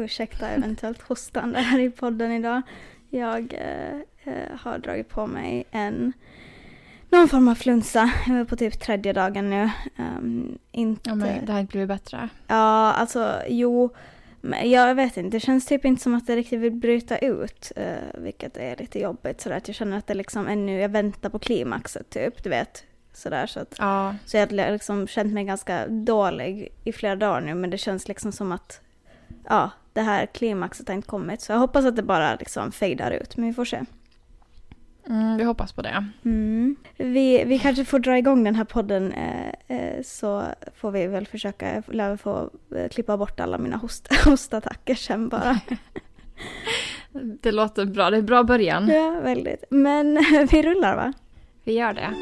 ursäkta eventuellt hostande här i podden idag. Jag har dragit på mig någon form av flunsa. Jag är på typ 3:e dagen nu. Ja, men det har inte blivit bättre. Ja, alltså jo. Men jag vet inte, det känns typ inte som att det riktigt vill bryta ut. Vilket är lite jobbigt. Så att jag känner att det liksom ännu, jag väntar på klimaxet typ, du vet. Sådär, så jag har liksom känt mig ganska dålig i flera dagar nu. Men det känns liksom som att det här klimaxet har inte kommit. Så jag hoppas att det bara liksom fejdar ut. Men vi får se. Vi hoppas på det. Vi kanske får dra igång den här podden. Så får vi väl försöka få klippa bort alla mina hostattacker sen bara. Det låter bra. Det är en bra början. Ja, väldigt. Men vi rullar, va? Vi gör det.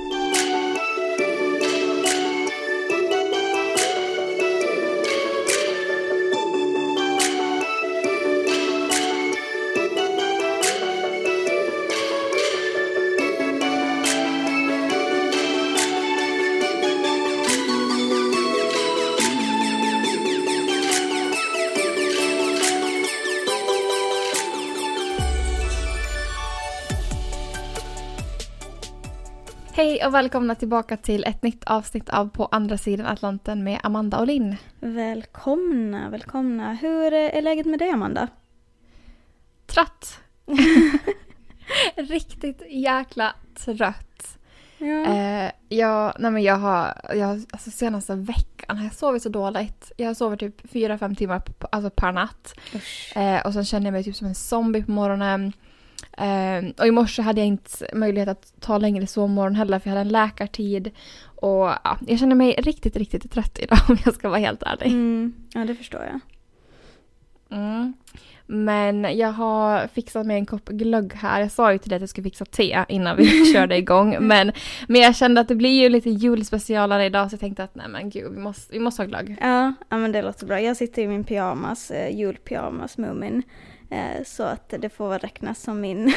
Hej och välkomna tillbaka till ett nytt avsnitt av På andra sidan Atlanten med Amanda och Linn. Välkomna. Hur är läget med dig, Amanda? Trött. Riktigt jäkla trött. Ja. Jag har alltså senaste veckan har jag sovit så dåligt. Jag har sovit typ 4-5 timmar per natt. Och sen känner jag mig typ som en zombie på morgonen. Och i morse hade jag inte möjlighet att ta längre sovmorgon heller, för jag hade en läkartid. Och jag känner mig riktigt, riktigt trött idag, om jag ska vara helt ärlig. Ja, det förstår jag. Men jag har fixat med en kopp glögg här. Jag sa ju till dig att jag skulle fixa te innan vi körde igång. Men jag kände att det blir ju lite julspecialare idag, så jag tänkte att nej men gud, vi måste ha glögg. Ja, men det låter bra. Jag sitter i min pyjamas, julpyjamas Moomin. Så att det får väl räknas som min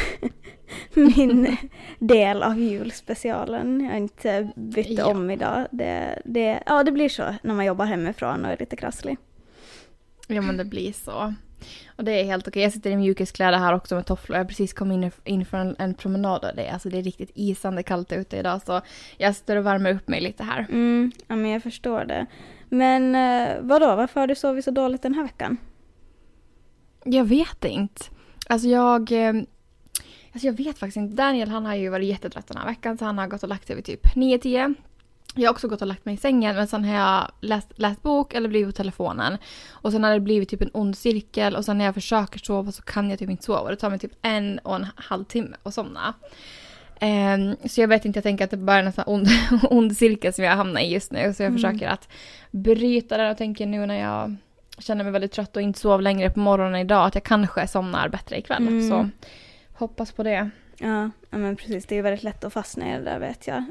del av julspecialen. Jag har inte bytt om idag. Det blir så när man jobbar hemifrån och är lite krasslig. Ja, men det blir så. Och det är helt okej. Jag sitter i mjukiskläder här också med tofflor. Jag har precis kommit in för en promenad. Det är riktigt isande kallt ute idag. Så jag står och värmer upp mig lite här. Ja, men jag förstår det. Men vadå? Varför har du sovit så dåligt den här veckan? Jag vet inte. Alltså jag vet faktiskt inte. Daniel, han har ju varit jättetrött den här veckan. Så han har gått och lagt sig vid typ 9-10. Jag har också gått och lagt mig i sängen. Men sen har jag läst bok eller blivit på telefonen. Och sen har det blivit typ en ond cirkel. Och sen när jag försöker sova så kan jag typ inte sova. Det tar mig typ 1,5 timme att somna. Så jag vet inte, jag tänker att det bara är en sån ond cirkel som jag hamnar i just nu. Så jag försöker att bryta den och tänker nu när jag känner mig väldigt trött och inte sov längre på morgonen idag, att jag kanske somnar bättre ikväll. Så hoppas på det. Ja, men precis. Det är ju väldigt lätt att fastna i det där, vet jag.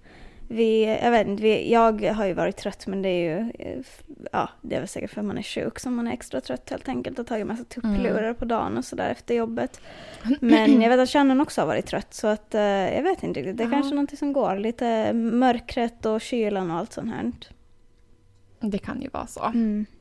Jag har ju varit trött, men det är ju det är väl säkert för man är sjuk som man är extra trött helt enkelt och tagit massa tupplurar på dagen och sådär efter jobbet. Men jag vet att Shannon också har varit trött, så att jag vet inte riktigt. Det är kanske någonting som går. Lite mörkret och kylan och allt sånt här. Det kan ju vara så.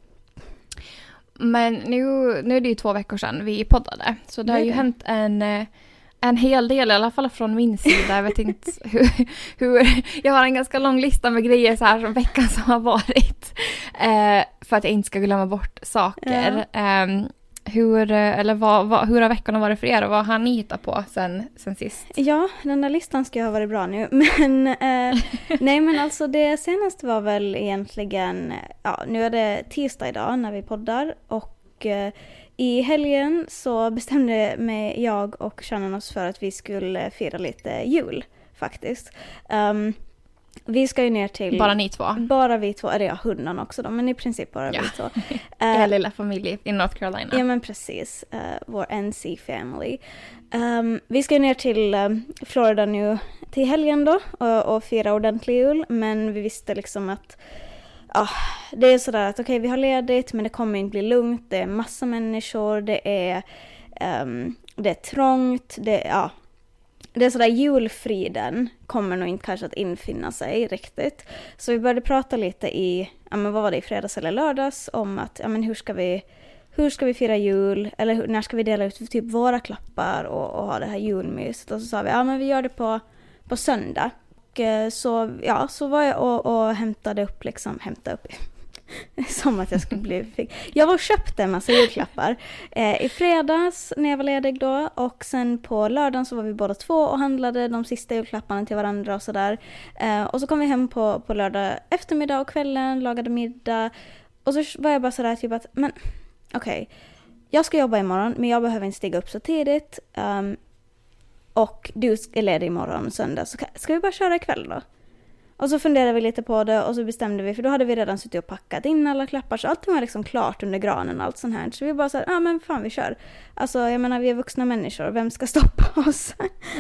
Men nu är det ju 2 veckor sedan vi poddade. Så det har ju hänt en hel del, i alla fall från min sida. Jag vet inte hur jag har en ganska lång lista med grejer så här från veckan som har varit. För att jag inte ska glömma bort saker. Hur har veckorna varit för er och vad har ni hittat på sen sist? Ja, den där listan ska ha varit bra nu. Men nej, men alltså det senaste var väl egentligen, nu är det tisdag idag när vi poddar, och i helgen så bestämde mig jag och Shannon oss för att vi skulle fira lite jul faktiskt. Vi ska ju ner till... Bara ni två? Bara vi två. Eller hunden också då, men i princip bara vi två. Er lilla familj i North Carolina. Ja, men precis. Vår NC family. Vi ska ju ner till Florida nu till helgen då och fira ordentlig jul. Men vi visste liksom att det är sådär att okej, vi har ledigt, men det kommer inte bli lugnt. Det är massa människor, det är trångt, det är sådär, julfriden kommer nog inte kanske att infinna sig riktigt. Så vi började prata lite i fredags eller lördags om att hur ska vi hur ska vi fira jul? Eller när ska vi dela ut typ våra klappar och ha det här julmyset? Och så sa vi, ja men vi gör det på söndag. Och så var jag och hämtade upp som att jag skulle bli... Jag var och köpte en massa julklappar i fredags när jag var ledig då, och sen på lördagen så var vi båda två och handlade de sista julklapparna till varandra och sådär. Och så kom vi hem på lördag eftermiddag och kvällen, lagade middag, och så var jag bara sådär typ att, men okej, jag ska jobba imorgon men jag behöver inte stiga upp så tidigt, och du är ledig imorgon söndag, så ska vi bara köra ikväll då? Och så funderade vi lite på det och så bestämde vi, för då hade vi redan suttit och packat in alla klappar, så allting var liksom klart under granen och allt sånt här. Så vi bara så men fan vi kör. Alltså jag menar, vi är vuxna människor, vem ska stoppa oss?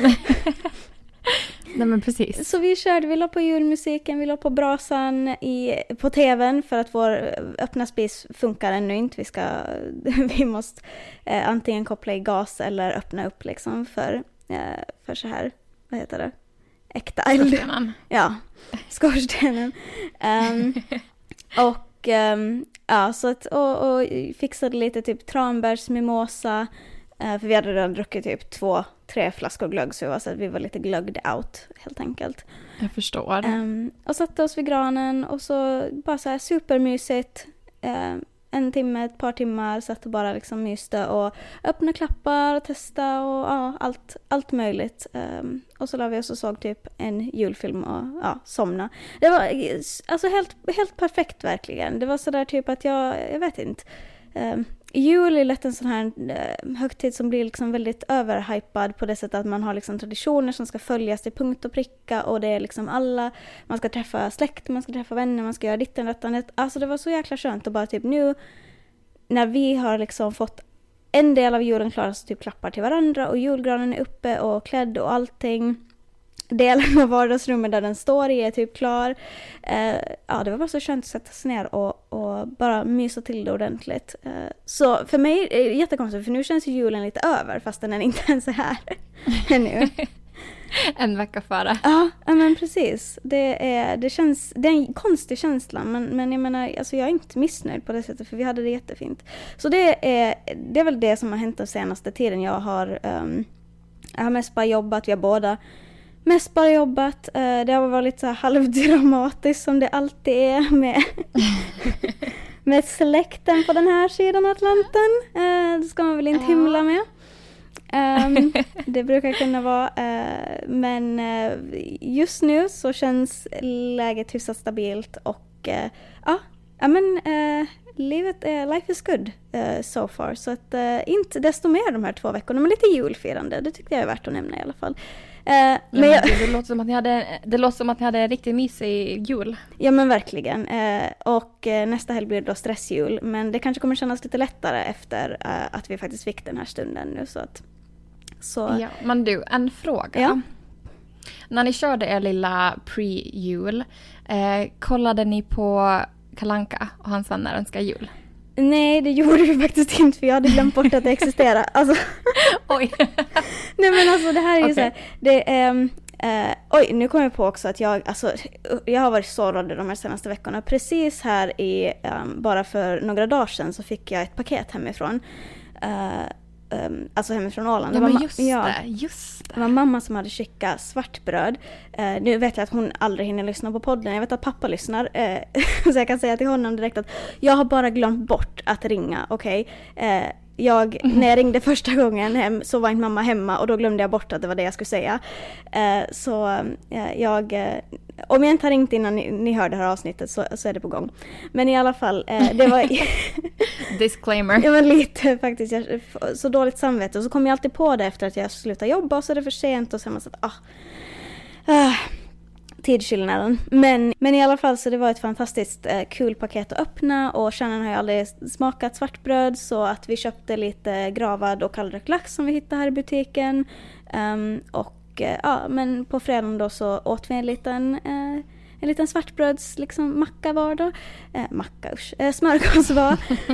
Nej men precis. Så vi la på julmusiken, vi la på brasan på tvn, för att vår öppna spis funkar ännu inte. Vi måste antingen koppla i gas eller öppna upp liksom för så här, vad heter det? Äkta eld. Skorstenen. Ja, skorstenen. Så att, och fixade lite typ tranbärsmimosa. För vi hade redan druckit typ 2-3 flaskor glögg, så vi var lite glögged out helt enkelt. Jag förstår. Och satte oss vid granen och så bara så här supermysigt. En timme, ett par timmar satt och bara liksom myste och öppna klappar och testa och allt möjligt. Och så la vi oss och såg typ en julfilm och somna. Det var alltså helt perfekt verkligen. Det var så där typ att jag vet inte. Jul är lätt en sån här högtid som blir liksom väldigt överhypad på det sättet att man har liksom traditioner som ska följas till punkt och pricka, och det är liksom alla, man ska träffa släkt, man ska träffa vänner, man ska göra ditten, detta. Alltså det var så jäkla skönt att bara typ nu när vi har liksom fått en del av julen klar, så typ klappar till varandra och julgranen är uppe och klädd och allting. Delen av vardagsrummet där den står i är typ klar. Det var bara så skönt att sätta sig ner och bara mysa till det ordentligt. Så för mig är det jättekonstigt, för nu känns ju julen lite över fast den inte ens är här ännu. En vecka före. Ja, men precis. Det är en konstig känsla, men jag menar, alltså jag är inte missnöjd på det sättet, för vi hade det jättefint. Så det är väl det som har hänt den senaste tiden. Jag har mest bara jobbat, vi har båda mest bara jobbat. Det har varit lite så här halvdramatiskt som det alltid är med släkten på den här sidan Atlanten. Det ska man väl inte hymla med. Det brukar kunna vara. Men just nu så känns läget hyfsat stabilt. Och life is good so far. Så att inte desto mer de här 2 veckorna, men lite julfirande. Det tyckte jag är värt att nämna i alla fall. Det låter som att ni hade en riktigt mysig jul. Ja men verkligen. Och nästa helg blir det då stressjul. Men det kanske kommer kännas lite lättare efter att vi faktiskt fick den här stunden nu. Ja, men du, en fråga. Ja. När ni körde er lilla pre-jul, kollade ni på Kalle Anka och hans vänner önskar jul? Nej, det gjorde vi faktiskt inte, för jag hade glömt bort att det existerar. Alltså. Oj. Nej men alltså det här är ju så här, nu kommer jag på också att jag har varit så rådd de här senaste veckorna. Precis här bara för några dagar sedan så fick jag ett paket hemifrån. Alltså hemifrån Åland. Ja, men just det. Det var mamma som hade skickat svartbröd. Nu vet jag att hon aldrig hinner lyssna på podden. Jag vet att pappa lyssnar. Så jag kan säga till honom direkt att jag har bara glömt bort att ringa. Okej. När jag ringde första gången hem så var inte mamma hemma, och då glömde jag bort att det var det jag skulle säga. Om jag inte har ringt innan ni hör det här avsnittet så är det på gång. Men i alla fall, det var... Disclaimer. Ja, men lite faktiskt. Så dåligt samvete. Och så kom jag alltid på det efter att jag slutade jobba, och så är det för sent, och så är man så att tidsskillnaden. Men i alla fall, så det var ett fantastiskt kul paket att öppna, och Shannon har ju aldrig smakat svartbröd, så att vi köpte lite gravad och kallrökt lax som vi hittade här i butiken. Men på fredagen då så åt vi en liten svartbröds liksom macka var då. Smörgås var.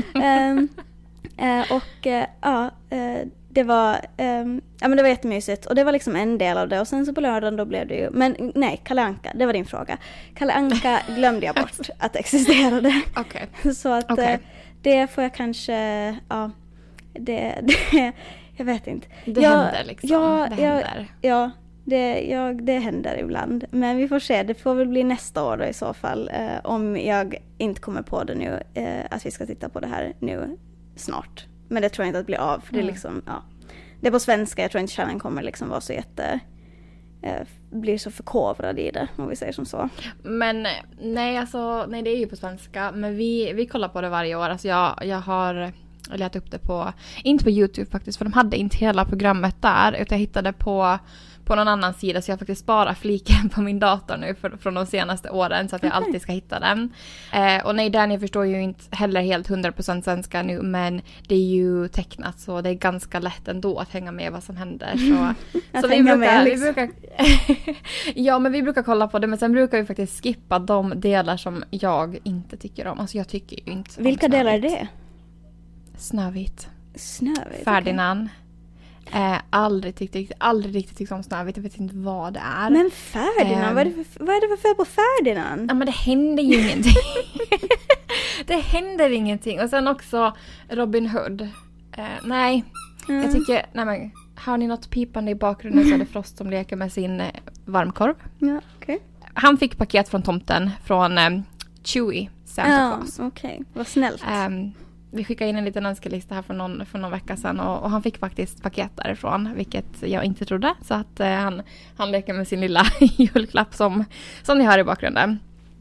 Det var jättemysigt, och det var liksom en del av det, och sen så på lördagen då blev det ju, men nej, Kalle Anka, det var din fråga. Kalle Anka glömde jag bort att existerade. Okay. Så att det får jag kanske, ja, det jag vet inte. Det händer liksom. Det händer. Ja, det händer ibland. Men vi får se, det får väl bli nästa år då i så fall. Om jag inte kommer på det nu, att vi ska titta på det här nu snart. Men det tror jag inte att bli av, för det är liksom, ja. Det är på svenska, jag tror inte kärnan kommer liksom vara så blir så förkovrad i det, om vi säger som så. Men nej, det är ju på svenska. Men vi kollar på det varje år. Alltså jag har letat upp det inte på YouTube faktiskt, för de hade inte hela programmet där, utan jag hittade på någon annan sida, så jag faktiskt sparar fliken på min dator nu från de senaste åren, så att jag alltid ska hitta den. Och nej, Daniel förstår ju inte heller helt 100% svenska nu, men det är ju tecknat, så det är ganska lätt ändå att hänga med vad som händer. Så vi brukar ja, men vi brukar kolla på det, men sen brukar vi faktiskt skippa de delar som jag inte tycker om. Alltså jag tycker ju inte. Vilka delar är det? Snövit. Ferdinand. Okay. Aldrig riktigt tyckt om Snövit. Jag vet inte vad det är. Men Ferdinand, vad är det för fel på Ferdinand? Ja, men det händer ju ingenting. Det händer ingenting. Och sen också Robin Hood. Nej, jag tycker, men har ni något pipande i bakgrunden, så är det Frost som leker med sin varmkorv. Ja, okej. Han fick paket från tomten från Chewie, Santa Claus. Okej. Vad snällt. Vi skickade in en liten önskelista här för någon vecka sedan, och han fick faktiskt paket därifrån, vilket jag inte trodde. Så att han leker med sin lilla julklapp som ni hör i bakgrunden.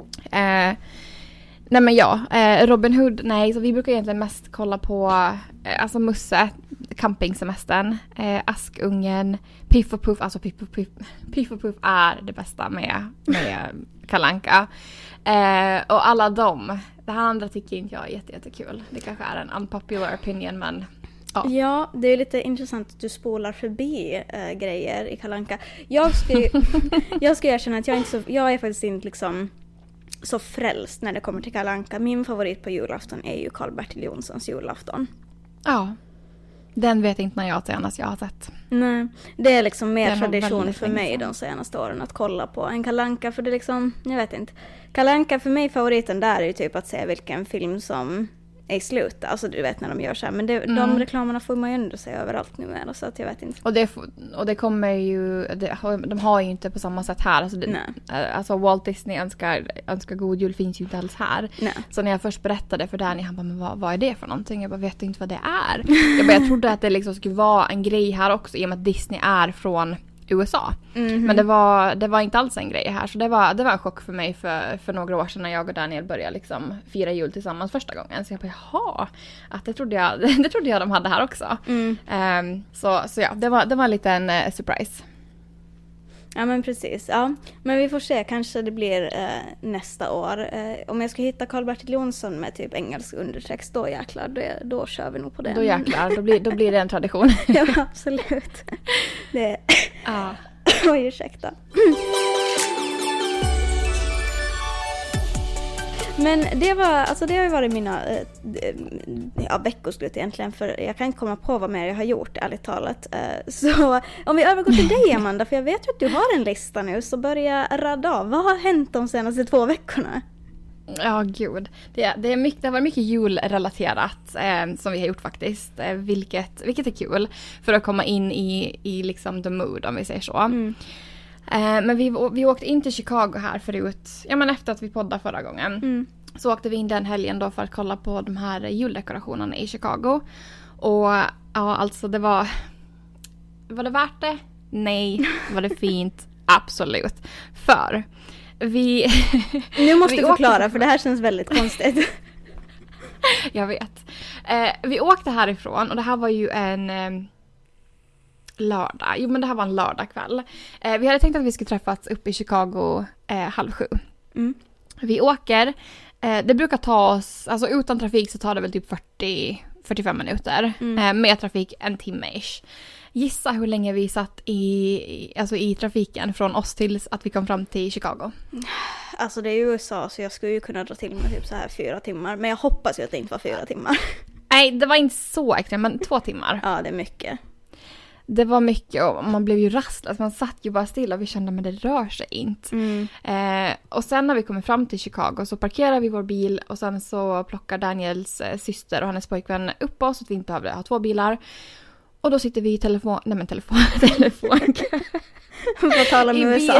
Nej men ja, Robin Hood, nej, så vi brukar egentligen mest kolla på alltså Musse, campingsemestern, Askungen, Piff och Puff. Alltså Piff och Puff är det bästa med Kalle Anka. Och alla dem. Det här andra tycker inte jag är jättekul. Det kanske är en unpopular opinion, men ja. Ja, det är lite intressant att du spolar förbi grejer i Kalle Anka. Jag ska erkänna att jag är faktiskt inte liksom så frälst när det kommer till Kalle Anka. Min favorit på julafton är ju Karl-Bertil Jonssons julafton. Ja. Den vet inte när jag har sett. Nej, det är liksom mer tradition för mig de senaste åren att kolla på en Kalle Anka, för det liksom, jag vet inte. Kalle Anka, för mig, favoriten där är ju typ att se vilken film som är i slutet. Alltså du vet när de gör så här, men de reklamerna får man ju ändå se överallt nu med, så att jag vet inte. Och det kommer ju, de har ju inte på samma sätt här. Alltså Walt Disney önskar god jul finns ju inte alls här. Nej. Så när jag först berättade för Danny, han bara, men vad är det för någonting? Jag bara, vet inte vad det är. Jag trodde att det liksom skulle vara en grej här också, i och med att Disney är från USA. Mm-hmm. Men det var inte alls en grej här, så det var en chock för mig för några år sedan när jag och Daniel började liksom fira jul tillsammans första gången. Så jag bara, jaha, att det trodde jag de hade här också. Så ja, det var en liten surprise. Ja, men precis. Ja. Men vi får se, kanske det blir nästa år. Om jag ska hitta Karl-Bertil Jonsson med typ engelsk undertext, då jäklar, då kör vi nog på det. Då jäklar, då blir det en tradition. Ja, absolut. Det. Ja. Oj, ursäkta. Men det har ju varit mina veckoslut egentligen, för jag kan inte komma på vad mer jag har gjort, ärligt talat. Så om vi övergår till dig, Amanda, för jag vet ju att du har en lista nu, så börja radda av. Vad har hänt de senaste 2 veckorna? Ja, gud. Det har varit mycket julrelaterat som vi har gjort faktiskt, vilket är kul för att komma in i liksom the mood, om vi säger så. Men vi åkte in till Chicago här förut, efter att vi poddade förra gången. Så åkte vi in den helgen då för att kolla på de här juldekorationerna i Chicago. Och ja, alltså var det värt det? Nej. Var det fint? Absolut. För nu måste du förklara, för det här känns väldigt konstigt. Jag vet. Vi åkte härifrån, och det här var ju en lördag. Jo, men det här var en lördagkväll. Vi hade tänkt att vi skulle träffas upp i Chicago 6:30. Vi åker. Det brukar ta oss, alltså utan trafik så tar det väl typ 40-45 minuter. Med trafik 1 timme-ish. Gissa hur länge vi satt i trafiken från oss tills att vi kom fram till Chicago. Alltså det är ju USA, så jag skulle ju kunna dra till med typ så här 4 timmar. Men jag hoppas ju att det inte var 4 timmar. Nej, det var inte så extremt, men 2 timmar. Ja, det är mycket. det var mycket och man blev ju rastlös. Man satt ju bara stilla och vi kände men det rör sig inte. Och sen när vi kommer fram till Chicago så parkerar vi vår bil och sen så plockar Daniels syster och hennes pojkvän upp oss så att vi inte behövde ha 2 bilar. Och då sitter vi i telefon. Vad talar med USA?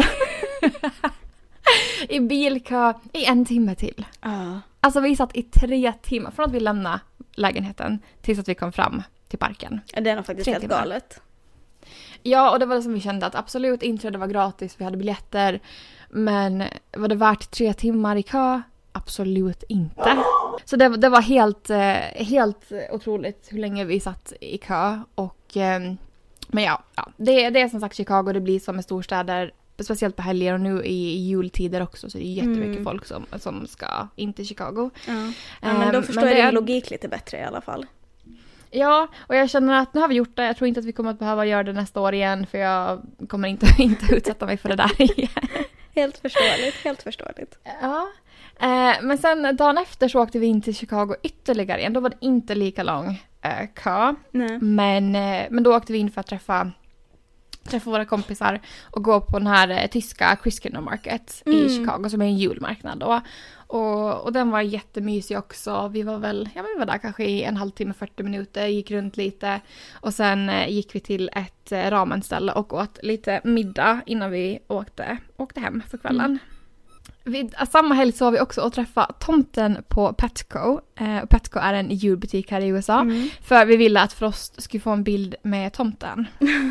I bilkö i 1 timme till. Alltså vi satt i 3 timmar från att vi lämnade lägenheten tills att vi kom fram till parken. Det är nog faktiskt helt galet. Ja, och det var det som vi kände att absolut inträde var gratis, vi hade biljetter. Men var det värt 3 timmar i kö? Absolut inte. Så det var helt otroligt hur länge vi satt i kö. Och, men ja, det är som sagt Chicago, det blir som med storstäder. Speciellt på helger och nu i jultider också så det är jättemycket folk som ska in till Chicago. Ja, men då förstår jag logik lite bättre i alla fall. Ja, och jag känner att nu har vi gjort det. Jag tror inte att vi kommer att behöva göra det nästa år igen för jag kommer inte utsätta mig för det där igen. Helt förståeligt. Ja, men sen dagen efter så åkte vi in till Chicago ytterligare igen. Då var det inte lika lång kö. Nej. Men då åkte vi in för att träffa våra kompisar och gå på den här tyska Christkinder Market i Chicago som är en julmarknad då. Och den var jättemysig också. Vi var där kanske i 1,5 timme, 40 minuter, gick runt lite och sen gick vi till ett ramenställe och åt lite middag innan vi åkte hem för kvällen. Vid samma helg så har vi också att träffa tomten på Petco. Petco är en julbutik här i USA. För vi ville att Frost skulle få en bild med tomten.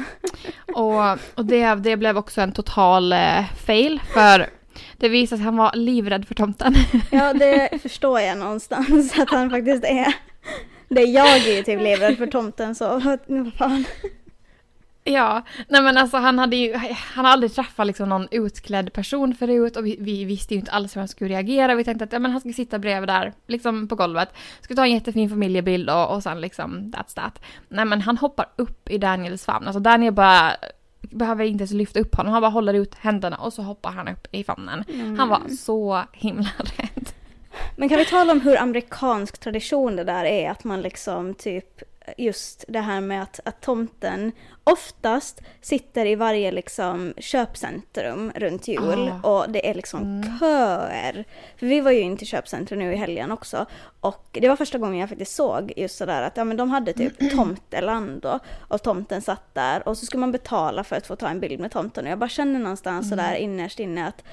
och det blev också en total fail. För det visade sig att han var livrädd för tomten. Ja, det förstår jag någonstans att han faktiskt är. Det är jag ju typ livrädd för tomten så vad fan. Ja, nej men alltså han har aldrig träffat liksom någon utklädd person förut och vi visste ju inte alls hur han skulle reagera. Vi tänkte att han skulle sitta bredvid där liksom på golvet. Skulle ta en jättefin familjebild och sen liksom that's that. Nej men han hoppar upp i Daniels famn. Alltså Daniel bara behöver inte ens lyfta upp honom. Han bara håller ut händerna och så hoppar han upp i famnen. Han var så himla rädd. Men kan vi tala om hur amerikansk tradition det där är? Att man liksom typ just det här med att tomten oftast sitter i varje liksom köpcentrum runt jul och det är liksom köer. För vi var ju inte i köpcentrum nu i helgen också och det var första gången jag faktiskt såg just sådär att men de hade typ tomteland då, och tomten satt där och så skulle man betala för att få ta en bild med tomten och jag bara känner någonstans sådär innerst inne att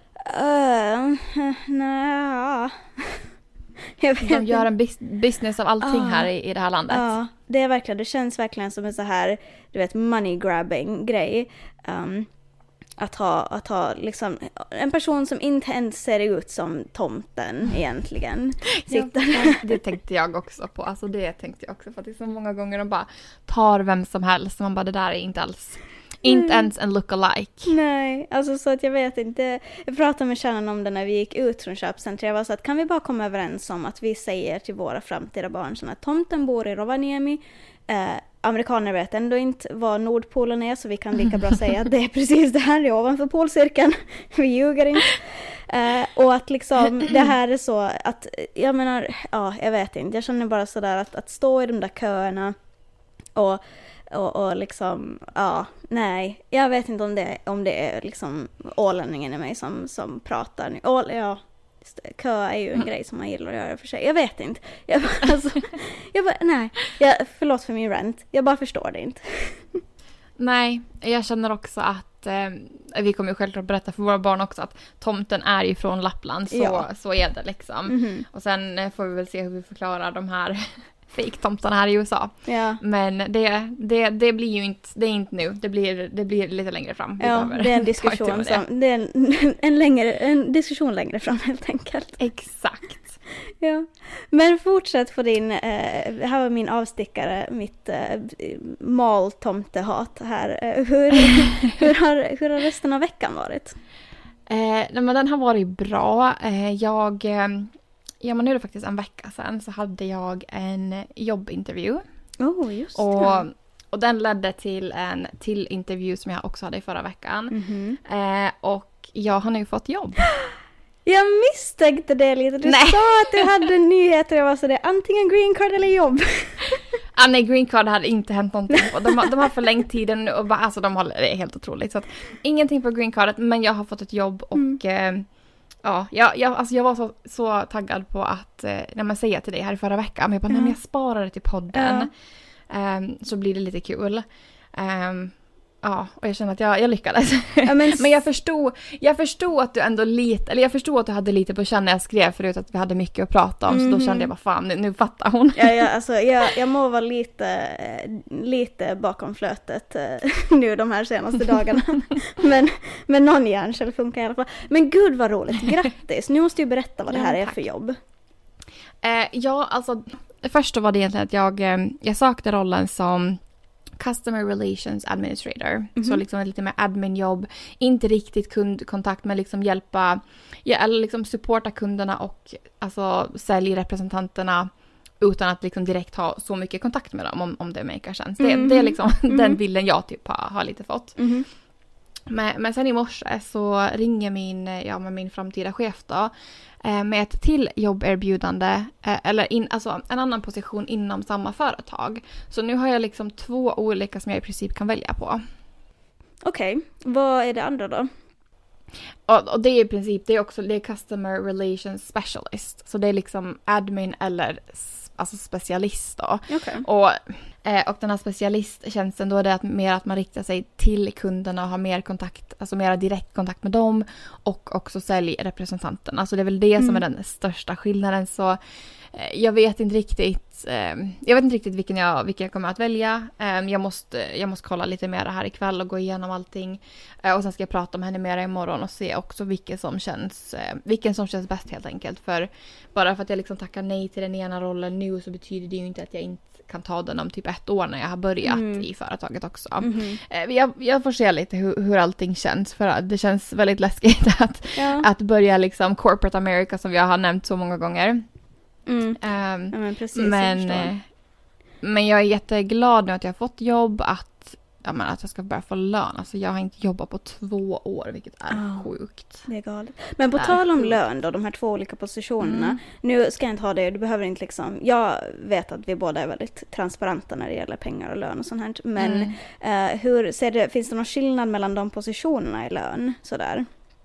nej. De gör en business av allting här i det här landet. Ja, det är verkligen, det känns verkligen som en så här, du vet, money grabbing grej. Att ha liksom en person som inte ens ser ut som tomten egentligen. Ja, det tänkte jag också på. Alltså det tänkte jag också för att det är så många gånger de bara tar vem som helst. Man bara, det där är inte alls... Inte ens en look-alike. Nej, alltså så att jag vet inte. Jag pratade med Shannon om det när vi gick ut från köpcentret. Jag var så att kan vi bara komma överens om att vi säger till våra framtida barn så att tomten bor i Rovaniemi. Amerikaner vet ändå inte vad Nordpolen är så vi kan lika bra säga att det är precis det här, det är ovanför polcirkeln. Vi ljuger inte. Och att liksom det här är så att jag menar, jag vet inte. Jag känner bara sådär att stå i de där köerna och liksom, nej, jag vet inte om det är liksom ålänningen i mig som pratar. Kö är ju en grej som man gillar att göra för sig. Jag vet inte. Förlåt för min rant. Jag bara förstår det inte. Nej, jag känner också att vi kommer ju självklart berätta för våra barn också att tomten är ju från Lappland, så är det liksom. Och sen får vi väl se hur vi förklarar de här fake-tomtarna här i USA. Ja. Men det blir ju inte, det är inte nu. Det blir lite längre fram. Det är en diskussion en diskussion längre fram helt enkelt. Exakt. Ja. Men fortsätt på din här var min avstickare, mitt maltomtehat här. Hur har resten av veckan varit? Men den har varit bra. Men nu är det faktiskt en vecka sedan så hade jag en jobbintervju. Just det. Och den ledde till en till intervju som jag också hade i förra veckan. Och jag har nu fått jobb. Jag misstänkte det lite. Du sa att du hade nyheter och jag var så det antingen green card eller jobb. Nej, green card hade inte hänt någonting på. De har förlängt tiden och bara, alltså det är helt otroligt. Så att, ingenting på green cardet, men jag har fått ett jobb och jag var så taggad på att när man säger till dig här i förra veckan, men jag bara, nej, men jag sparar det till podden. Så blir det lite kul. Och jag känner att jag lyckades. Ja, men jag förstod att du ändå jag förstod att du hade lite på känn när jag skrev förut att vi hade mycket att prata om, så då kände jag bara, fan, nu fattar hon. Jag må vara lite bakom flötet nu de här senaste dagarna. men någon hjärncell funkar i alla fall. Men gud vad roligt, grattis. Nu måste du berätta vad det här är för jobb. Alltså först var det egentligen att jag sökte rollen som Customer Relations Administrator. Så liksom lite mer adminjobb. Inte riktigt kundkontakt, men liksom hjälpa, eller liksom supporta kunderna och alltså säljrepresentanterna utan att liksom direkt ha så mycket kontakt med dem, om det makar sense. Det är liksom den bilden jag typ har lite fått. Men sen i morse så ringer min framtida chef då med ett till jobberbjudande eller alltså en annan position inom samma företag. Så nu har jag liksom 2 olika som jag i princip kan välja på. Okej, vad är det andra då? Och det är i princip, det är Customer Relations Specialist. Så det är liksom admin eller alltså specialist då. Okay. Och den här specialisttjänsten då är det att man riktar sig till kunderna och har mer kontakt, alltså mer direkt kontakt med dem och också säljrepresentanterna. Alltså det är väl det som är den största skillnaden. Så jag vet inte riktigt vilken jag kommer att välja. Jag måste kolla lite mer här ikväll och gå igenom allting. Och sen ska jag prata med henne mer imorgon och se också vilken som känns bäst helt enkelt. För bara för att jag liksom tackar nej till den ena rollen nu så betyder det ju inte att jag inte kan ta den om typ 1 år när jag har börjat i företaget också. Jag får se lite hur allting känns, för det känns väldigt läskigt att börja liksom corporate America som jag har nämnt så många gånger. Men precis, men jag är jätteglad nu att jag har fått jobb, att jag ska börja få lön. Alltså jag har inte jobbat på 2 år, vilket är sjukt. Det är galet. Men på tal om lön då, de här 2 olika positionerna. Nu ska jag inte ha det, du behöver inte liksom, jag vet att vi båda är väldigt transparenta när det gäller pengar och lön och sånt här. Men finns det någon skillnad mellan de positionerna i lön? Sådär?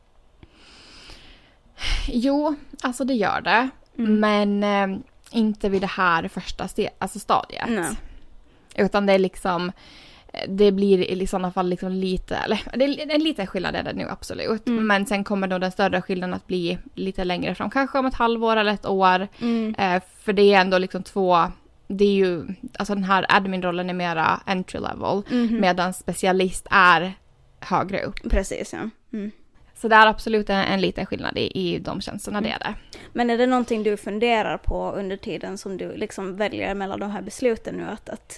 Jo, alltså det gör det. Men inte vid det här första stadiet. Nej. Utan det är liksom, det blir i sådana fall liksom lite, eller det är en liten skillnad är det nu absolut. Men sen kommer då den större skillnaden att bli lite längre fram, kanske om 1 halvår eller 1 år. För det är ändå liksom 2, det är ju, alltså den här admin-rollen är mera entry level, medan specialist är högre upp. Precis, ja. Så det är absolut en liten skillnad i de tjänsterna, det är det. Men är det någonting du funderar på under tiden som du liksom väljer mellan de här besluten nu? Att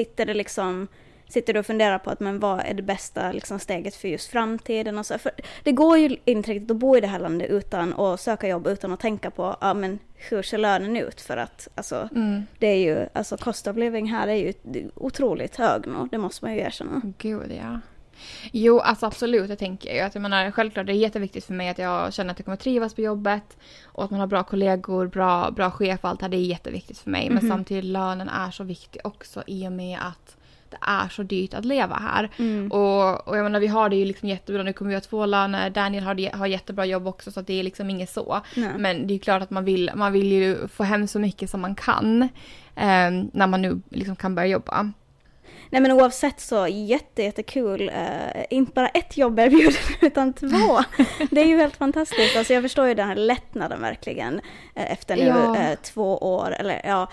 sitter du och funderar på att men vad är det bästa liksom steget för just framtiden? Och så? För det går ju inte riktigt att bo i det här landet utan att söka jobb utan att tänka på men hur ser lönen ut? För att alltså, det är ju, alltså cost of living här är ju otroligt hög nu, det måste man ju erkänna. Gud, ja. Jo, alltså absolut, det tänker jag. Att jag menar, självklart det är jätteviktigt för mig att jag känner att jag kommer trivas på jobbet och att man har bra kollegor, bra chef och allt det här, det är jätteviktigt för mig. Men samtidigt lönen är så viktig också i och med att det är så dyrt att leva här. Och jag menar, vi har det ju liksom jättebra. Nu kommer vi ha 2 löner. Daniel har jättebra jobb också, så att det är liksom inget så. Nej. Men det är klart att man vill ju få hem så mycket som man kan när man nu liksom kan börja jobba. Nej, men oavsett så jättekul. Inte bara 1 jobb erbjuder utan 2. Det är ju helt fantastiskt. Alltså jag förstår ju den här lättnaden verkligen efter nu 2 år eller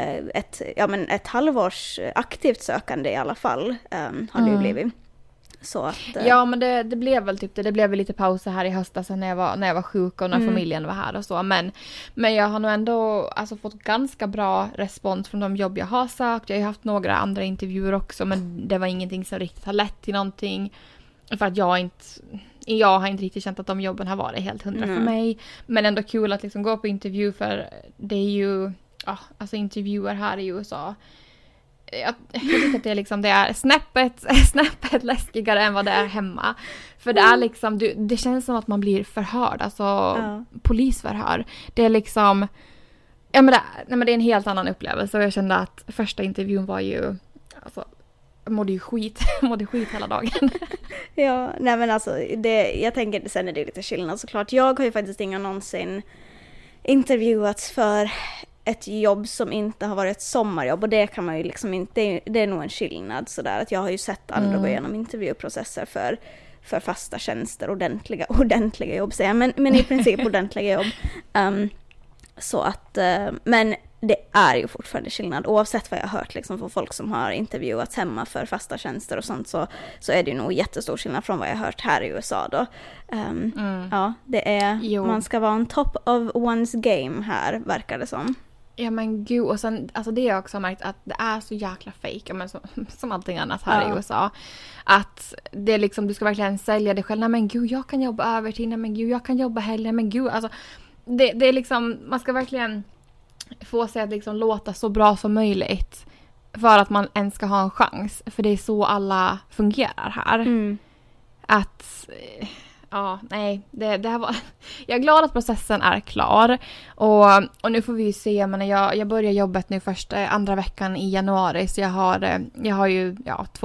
ett halvårs aktivt sökande i alla fall har det ju blivit. Så att, ja, men det blev väl typ det blev väl lite pauser här i höstas när jag var sjuk och när familjen var här och så, men jag har nog ändå alltså fått ganska bra respons från de jobb jag har sökt. Jag har haft några andra intervjuer också, men det var ingenting som riktigt har lett till någonting, för att jag har inte riktigt känt att de jobben har varit helt 100 för mig, men ändå kul att liksom gå på intervju, för det är ju alltså intervjuer här i USA. Jag tycker att det är snäppet läskigare än vad det är hemma. För det är liksom, det känns som att man blir förhörd, alltså polisförhör. Det är liksom, Ja, men det är en helt annan upplevelse. Och jag kände att första intervjun var ju... Alltså, jag mådde skit hela dagen. Ja, nej men alltså, jag tänker sen är det lite skillnad såklart. Jag har ju faktiskt någonsin intervjuats för ett jobb som inte har varit ett sommarjobb, och det kan man ju liksom inte, det är nog en skillnad sådär, att jag har ju sett andra gå igenom intervjuprocesser för fasta tjänster, ordentliga jobb säger jag, men i princip ordentliga jobb. Så att, men det är ju fortfarande skillnad, oavsett vad jag har hört liksom, från folk som har intervjuats hemma för fasta tjänster och sånt, så är det ju nog jättestor skillnad från vad jag har hört här i USA då. Ja, det är, man ska vara on top of one's game här, verkar det som. Ja men gud, och sen, alltså det har jag också märkt att det är så jäkla fake, men som allting annat här i USA. Att det är liksom, du ska verkligen sälja dig själv. Nej men gud, jag kan jobba övertid, nej men gud, jag kan jobba helger, men gud, alltså det är liksom, man ska verkligen få sig att liksom låta så bra som möjligt för att man ens ska ha en chans. För det är så alla fungerar här. Att... Ja, nej, det här var... Jag är glad att processen är klar. Och nu får vi ju se, men jag börjar jobbet nu andra veckan i januari. Så jag har ju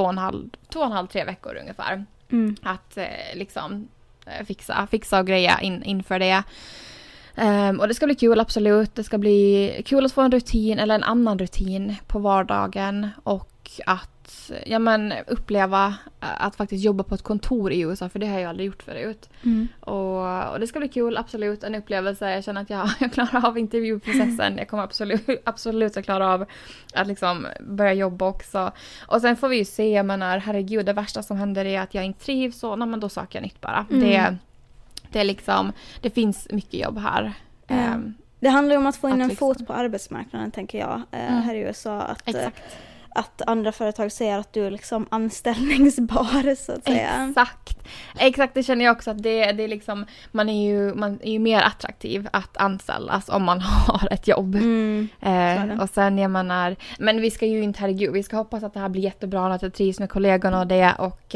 2,5-3 veckor ungefär. Att liksom fixa och greja inför det. Och det ska bli kul, absolut. Det ska bli kul att få en rutin eller en annan rutin på vardagen. Och att uppleva att faktiskt jobba på ett kontor i USA, för det har jag aldrig gjort förut. Och det ska bli kul, absolut, en upplevelse. Jag känner att jag klarar av intervjuprocessen. Jag kommer absolut att klara av att liksom börja jobba också. Och sen får vi ju se, jag menar, herregud, det värsta som händer är att jag inte trivs, så men då söker jag nytt bara. Det är liksom, det finns mycket jobb här. Det handlar ju om att få in en fot på arbetsmarknaden, tänker jag, här i USA. Att andra företag säger att du är liksom anställningsbar, så att säga. Exakt, det känner jag också, att det är liksom, man är ju mer attraktiv att anställas om man har ett jobb. Och sen men vi ska ju inte, herregud, vi ska hoppas att det här blir jättebra, att jag trivs med kollegorna och det, och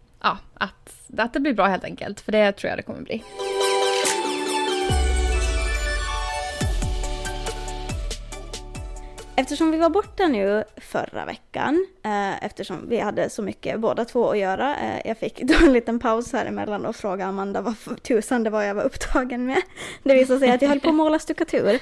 att det blir bra helt enkelt, för det tror jag det kommer bli. Eftersom vi var borta nu förra veckan, eftersom vi hade så mycket båda två att göra, jag fick då en liten paus här emellan och fråga Amanda vad tusan det var jag var upptagen med. Det visade sig att jag höll på att måla stuckatur.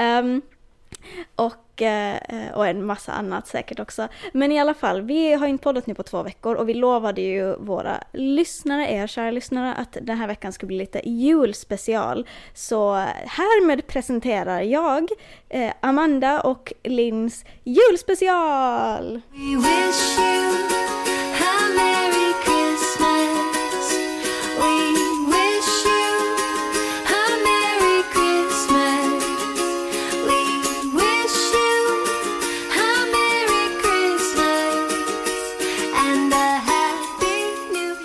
Och en massa annat säkert också. Men i alla fall, vi har inte poddat nu på 2 veckor, och vi lovade ju våra lyssnare, kära lyssnare, att den här veckan ska bli lite julspecial. Så härmed presenterar jag Amanda och Linns julspecial! We wish you a Merry Christmas. We wish you a Merry Christmas. We wish you a Merry Christmas and a Happy New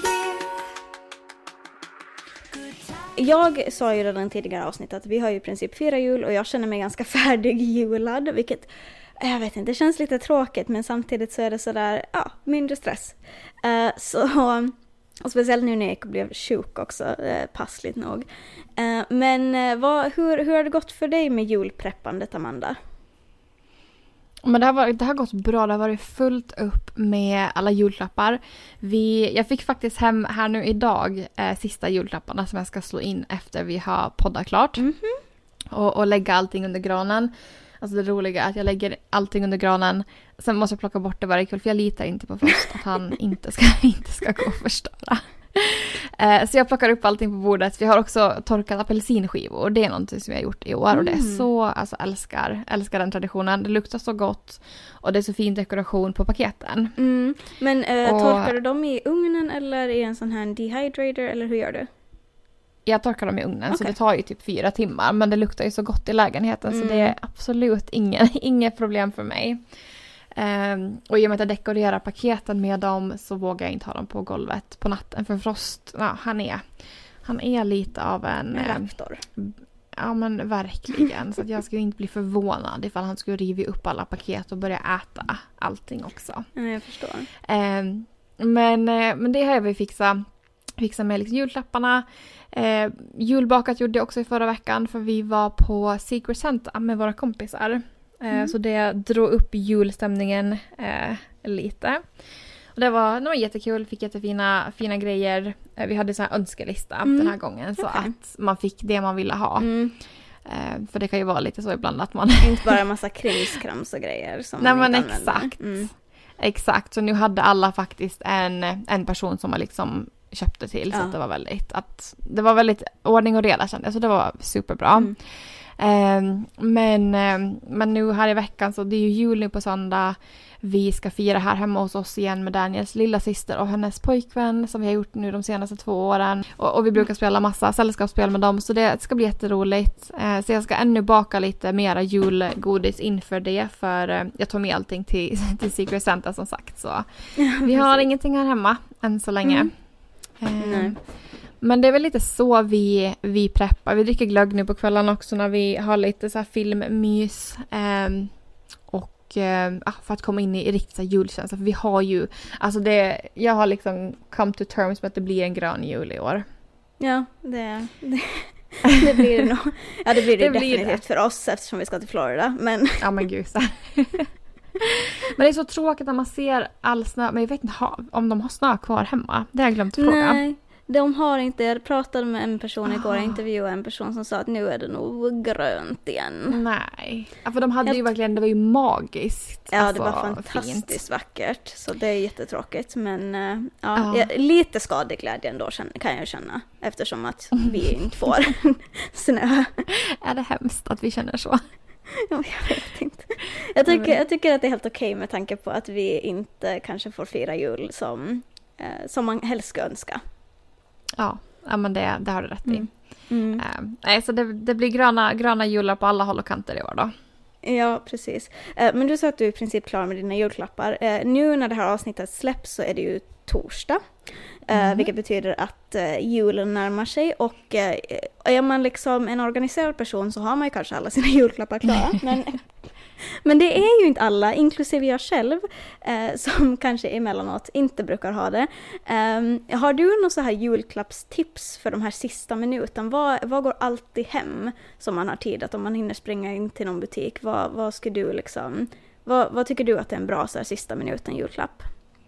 Year. Jag sa ju redan tidigare avsnitt att vi har ju i princip 4 jul, och jag känner mig ganska färdig julad, vilket jag vet inte, det känns lite tråkigt, men samtidigt så är det sådär, mindre stress. Och speciellt nu när jag blev sjuk också, passligt nog. Men hur har det gått för dig med julpreppandet, Amanda? Men det har gått bra. Det har varit fullt upp med alla julklappar. Jag fick faktiskt hem här nu idag sista julklapparna som jag ska slå in efter vi har poddat klart. Och lägga allting under granen. Alltså det roliga är att jag lägger allting under granen. Sen måste jag plocka bort det varje kväll, för jag litar inte på Frost att han inte ska gå och förstöra. Så jag plockar upp allting på bordet. Vi har också torkat apelsinskivor. Det är någonting som jag har gjort i år. Och det är så, alltså älskar den traditionen. Det luktar så gott. Och det är så fin dekoration på paketen. Men torkar du dem i ugnen eller i en sån här dehydrator, eller hur gör du? Jag torkar dem i ugnen, så det tar ju typ 4 timmar. Men det luktar ju så gott i lägenheten, så det är absolut inget problem för mig. Och i och med att jag dekorerar paketen med dem, så vågar jag inte ha dem på golvet på natten. För Frost, han är lite av en raptor. Ja, men verkligen. Så att jag skulle inte bli förvånad ifall han skulle riva upp alla paket och börja äta allting också. Ja, jag förstår. Men det har jag väl fixa med liksom julklapparna. Julbakat gjorde jag också i förra veckan för vi var på Secret Santa med våra kompisar. Så det drog upp julstämningen lite. Och det var jättekul, fick jättefina grejer. Vi hade så här önskelista den här gången så att man fick det man ville ha. För det kan ju vara lite så ibland att man... Inte bara en massa krimskrams och grejer som nej, man men inte exakt. Exakt, så nu hade alla faktiskt en person som man liksom köpte till. Så att det var väldigt ordning och reda kände jag, så det var superbra. Men nu här i veckan så det är ju jul nu på söndag. Vi ska fira här hemma hos oss igen med Daniels lilla syster och hennes pojkvän som vi har gjort nu de senaste 2 åren. Och vi brukar spela massa sällskapsspel med dem så det ska bli jätteroligt. Så jag ska ännu baka lite mera julgodis inför det för jag tog med allting till Secret Santa som sagt. Så vi har ingenting här hemma än så länge. Men det är väl lite så vi preppar. Vi dricker glögg nu på kvällen också när vi har lite så här filmmys. För att komma in i riktigt så här julkänsla. För vi har ju, alltså jag har liksom come to terms med att det blir en grön jul i år. Ja, det blir det nog. Ja, det blir det definitivt för oss eftersom vi ska till Florida. Men... Ja, men gud. Men det är så tråkigt när man ser all snö. Men jag vet inte om de har snö kvar hemma. Det har jag glömt fråga. Nej. De har inte, jag pratade med en person igår, jag intervjuade en person som sa att nu är det nog grönt igen. Nej, för de hade ju verkligen, det var ju magiskt. Ja, alltså, det var fantastiskt fint. Vackert, så det är jättetråkigt. Men lite skadeglädje ändå kan jag känna, eftersom att vi inte får snö. Är det hemskt att vi känner så? Jag vet inte. Jag tycker att det är helt okej med tanke på att vi inte kanske får fira jul som man helst ska önska. Ja, men det har du rätt i. Nej, så det blir gröna jular på alla håll och kanter i år då. Ja, precis. Men du sa att du är i princip klar med dina julklappar. Nu när det här avsnittet släpps så är det ju torsdag. Vilket betyder att julen närmar sig. Och är man liksom en organiserad person så har man ju kanske alla sina julklappar klara. Men det är ju inte alla, inklusive jag själv, som kanske emellanåt inte brukar ha det. Har du någon så här julklappstips för de här sista minuten? Vad går alltid hem som man har tid att om man hinner springa in till någon butik? Vad ska du liksom, vad tycker du att är en bra så här sista minuten julklapp?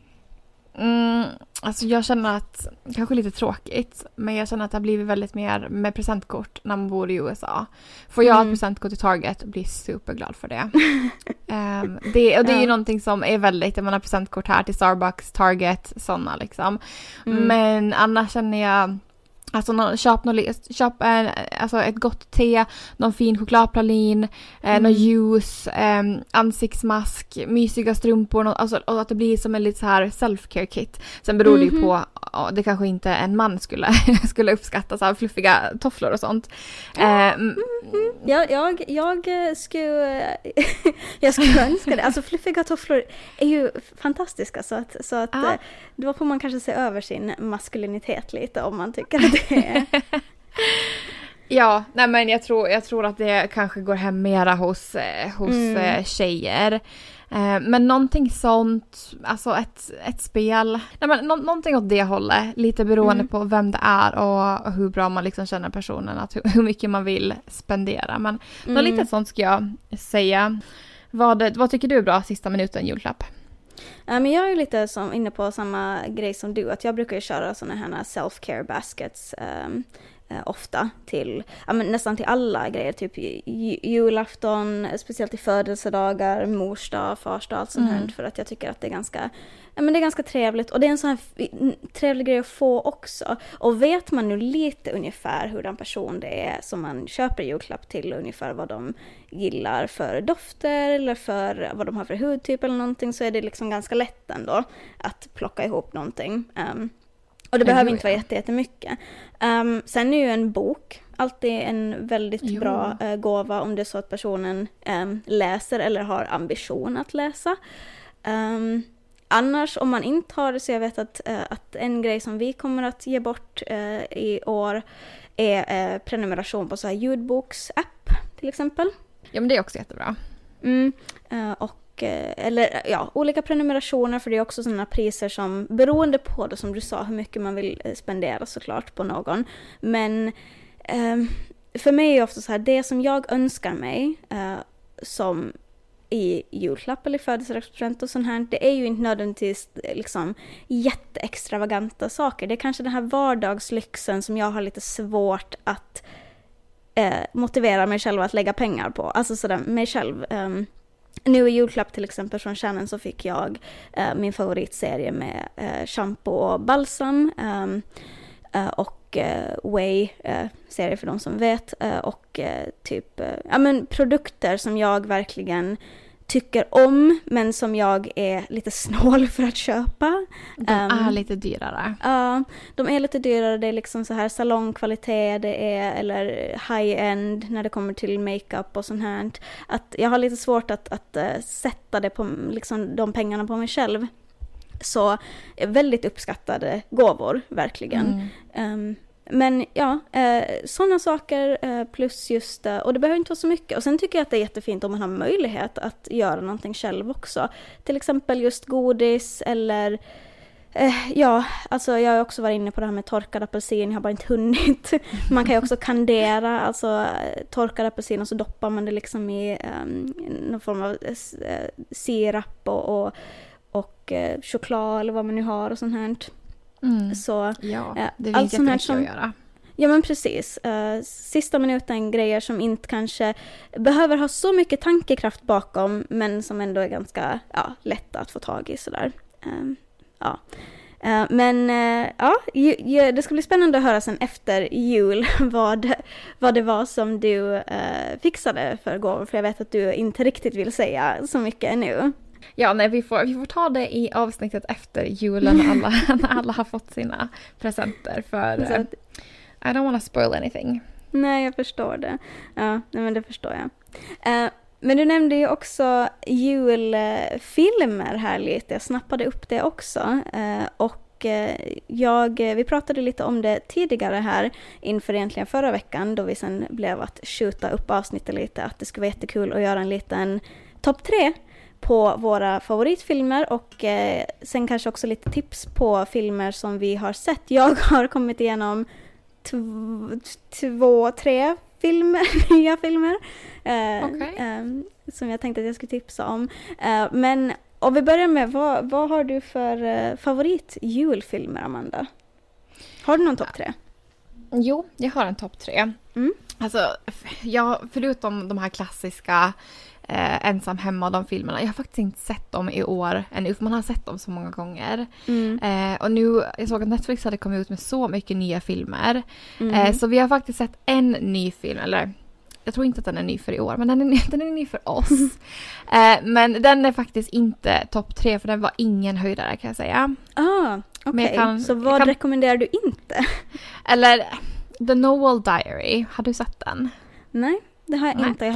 Alltså jag känner att, kanske lite tråkigt, men jag känner att det har blivit väldigt mer med presentkort när man bor i USA. Får jag ett presentkort i Target blir superglad för det. Det är ju någonting som är väldigt, man har presentkort här till Starbucks, Target, sådana liksom. Men annars känner jag alltså köp ett gott te, någon fin chokladpralin, någon juice, ansiktsmask, mysiga strumpor, och att det blir som en lite så här self-care kit. Sen beror det ju på, det kanske inte en man skulle uppskatta så här fluffiga tofflor och sånt. Jag skulle önska det. Alltså fluffiga tofflor är ju fantastiska så att då får man kanske se över sin maskulinitet lite om man tycker att det är. Ja, nej men jag tror att det kanske går hem mera hos tjejer. Men någonting sånt, alltså ett spel, nej men någonting åt det hållet, lite beroende på vem det är och hur bra man liksom känner personen, att hur mycket man vill spendera. Men något lite sånt ska jag säga. Vad tycker du är bra sista minuten julklapp? Men jag är lite inne på samma grej som du, att jag brukar ju köra såna här self-care baskets ofta till nästan till alla grejer, typ julafton, speciellt till födelsedagar, morsdag, farsdag, allt sånt här, för att jag tycker att det är ganska det är ganska trevligt, och det är en sån här trevlig grej att få också. Och vet man nu lite ungefär hur den person det är som man köper julklapp till, ungefär vad de gillar för dofter eller för vad de har för hudtyp eller någonting, så är det liksom ganska lätt ändå att plocka ihop någonting. Och det behöver inte vara jättemycket. Sen är ju en bok alltid en väldigt bra gåva om det är så att personen läser eller har ambition att läsa. Annars, om man inte har det, så jag vet att en grej som vi kommer att ge bort i år är prenumeration på så här ljudboksapp till exempel. Ja, men det är också jättebra. Och eller ja, olika prenumerationer, för det är också sådana priser som, beroende på det som du sa, hur mycket man vill spendera såklart på någon. Men för mig är det ofta så här, det som jag önskar mig som i julklapp eller födelsedagspresent och sånt här, det är ju inte nödvändigtvis liksom jätteextravaganta saker. Det är kanske den här vardagslyxen som jag har lite svårt att motivera mig själv att lägga pengar på. Alltså sådär, mig själv. Nu i julklapp till exempel från Shannon så fick jag min favoritserie med shampoo och balsam och Way serie för de som vet och typ ja men produkter som jag verkligen tycker om men som jag är lite snål för att köpa. De är lite dyrare. Ja, de är lite dyrare. Det är liksom så här salongkvalitet, det är eller high-end när det kommer till makeup och sånt här. Att jag har lite svårt att sätta det på liksom de pengarna på mig själv. Så väldigt uppskattade gåvor, verkligen. Men ja, sådana saker plus just, och det behöver inte vara så mycket. Och sen tycker jag att det är jättefint om man har möjlighet att göra någonting själv också. Till exempel just godis eller ja, alltså jag har också varit inne på det här med torkad apelsin, jag har bara inte hunnit. Man kan ju också kandera, alltså torkad apelsin och så doppar man det liksom i någon form av sirap och choklad eller vad man nu har och sånt här. Så ja, det finns jättemycket att göra. Ja men precis. Sista minuten grejer som inte kanske behöver ha så mycket tankekraft bakom men som ändå är ganska lätta att få tag i sådär. Men det ska bli spännande att höra sen efter jul vad det var som du fixade för gåvor, för jag vet att du inte riktigt vill säga så mycket ännu. Ja, nej, vi får ta det i avsnittet efter julen när alla har fått sina presenter, för I don't want to spoil anything. Nej, jag förstår det. Ja, men det förstår jag. Men du nämnde ju också julfilmer här lite. Jag snappade upp det också. Och vi pratade lite om det tidigare här inför egentligen förra veckan, då vi sen blev att skjuta upp avsnittet lite, att det skulle vara jättekul att göra en liten topp 3 på våra favoritfilmer och sen kanske också lite tips på filmer som vi har sett. Jag har kommit igenom 2-3 nya filmer som jag tänkte att jag skulle tipsa om. Men om vi börjar med, vad har du för favorit julfilmer, Amanda? Har du någon topp 3? Jo, jag har en topp 3. Alltså, förutom de här klassiska Ensam hemma och de filmerna. Jag har faktiskt inte sett dem i år ännu, för man har sett dem så många gånger. Och nu, jag såg att Netflix hade kommit ut med så mycket nya filmer. Så vi har faktiskt sett en ny film, eller jag tror inte att den är ny för i år, men den är ny för oss. Men den är faktiskt inte topp 3, för den var ingen höjdare, kan jag säga. Okej. Så vad rekommenderar du inte? Eller The Noel Diary, har du sett den? Nej. Det har jag inte.